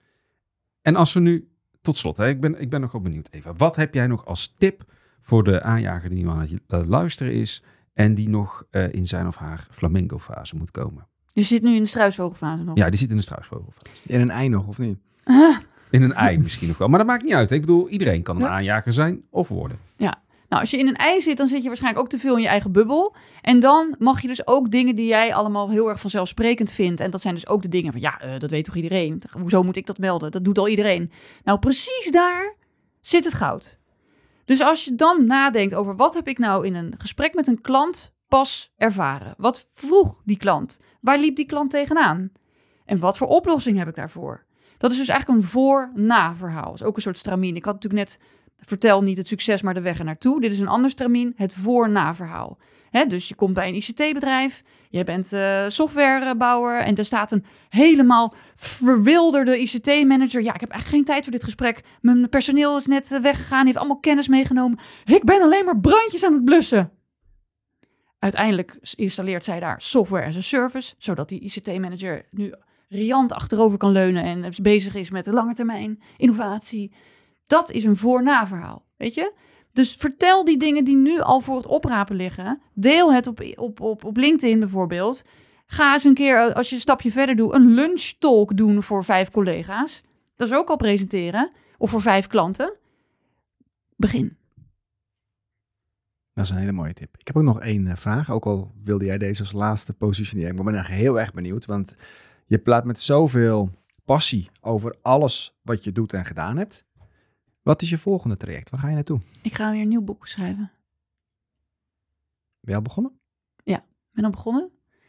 En als we nu, tot slot, hè, ik ben, ik ben nog wel benieuwd, Eva. Wat heb jij nog als tip voor de aanjager die nu aan het luisteren is en die nog uh, in zijn of haar flamenco-fase moet komen? Je zit nu in de struisvogelfase nog? Ja, die zit in de struisvogelfase. In een ei nog, of niet? Ah. In een ei misschien nog wel. Maar dat maakt niet uit. Hè? Ik bedoel, iedereen kan een ja. aanjager zijn of worden. Ja. Nou, als je in een ei zit, dan zit je waarschijnlijk ook te veel in je eigen bubbel. En dan mag je dus ook dingen die jij allemaal heel erg vanzelfsprekend vindt. En dat zijn dus ook de dingen van, ja, uh, dat weet toch iedereen? Hoezo moet ik dat melden? Dat doet al iedereen. Nou, precies daar zit het goud. Dus als je dan nadenkt over wat heb ik nou in een gesprek met een klant pas ervaren? Wat vroeg die klant? Waar liep die klant tegenaan? En wat voor oplossing heb ik daarvoor? Dat is dus eigenlijk een voor-na verhaal. Dat is ook een soort stramien. Ik had natuurlijk net Vertel niet het succes, maar de weg ernaartoe. Dit is een ander stramien, het voor-na-verhaal. Hè, dus je komt bij een I C T-bedrijf, je bent uh, softwarebouwer en er staat een helemaal verwilderde I C T-manager. Ja, ik heb eigenlijk geen tijd voor dit gesprek. Mijn personeel is net uh, weggegaan, heeft allemaal kennis meegenomen. Ik ben alleen maar brandjes aan het blussen. Uiteindelijk installeert zij daar software as a service, zodat die I C T-manager nu riant achterover kan leunen en bezig is met de lange termijn innovatie. Dat is een voor-na-verhaal, weet je? Dus vertel die dingen die nu al voor het oprapen liggen. Deel het op, op, op, op LinkedIn bijvoorbeeld. Ga eens een keer, als je een stapje verder doet, een lunchtalk doen voor vijf collega's. Dat is ook al presenteren. Of voor vijf klanten. Begin. Dat is een hele mooie tip. Ik heb ook nog één uh, vraag. Ook al wilde jij deze als laatste positioneren. Maar ik ben echt heel erg benieuwd. Want je praat met zoveel passie over alles wat je doet en gedaan hebt. Wat is je volgende traject? Waar ga je naartoe? Ik ga weer een nieuw boek schrijven. Ben je al begonnen? Ja, ik ben al begonnen.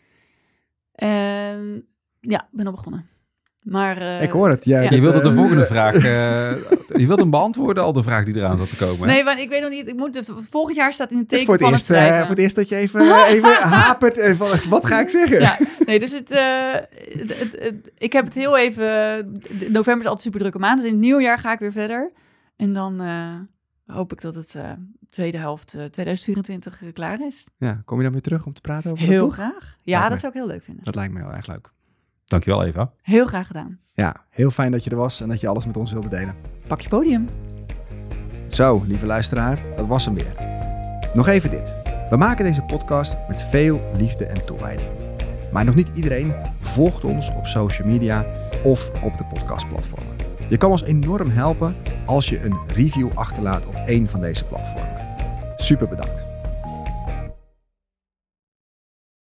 Uh, ja, ik ben al begonnen. Maar, uh, ik hoor het. Jij ja. Je wilde de volgende vraag... Uh, je wilde hem beantwoorden, al de vraag die eraan zat te komen. Nee, maar ik weet nog niet. Ik moet, volgend jaar staat in het teken het van eerst, het schrijven. Uh, voor het eerst dat je even, even hapert. En van, wat ga ik zeggen? Ja, nee, dus het, uh, het, het, het... Ik heb het heel even... November is altijd super drukke maand. Dus in het nieuwjaar ga ik weer verder. En dan uh, hoop ik dat het uh, tweede helft uh, tweeduizend vierentwintig uh, klaar is. Ja, kom je dan weer terug om te praten over Heel boek? graag. Ja, lijkt dat me, zou ik heel leuk vinden. Dat lijkt me heel erg leuk. Dankjewel, Eva. Heel graag gedaan. Ja, heel fijn dat je er was en dat je alles met ons wilde delen. Pak je podium. Zo, lieve luisteraar, dat was hem weer. Nog even dit. We maken deze podcast met veel liefde en toewijding. Maar nog niet iedereen volgt ons op social media of op de podcastplatformen. Je kan ons enorm helpen als je een review achterlaat op één van deze platformen. Super bedankt.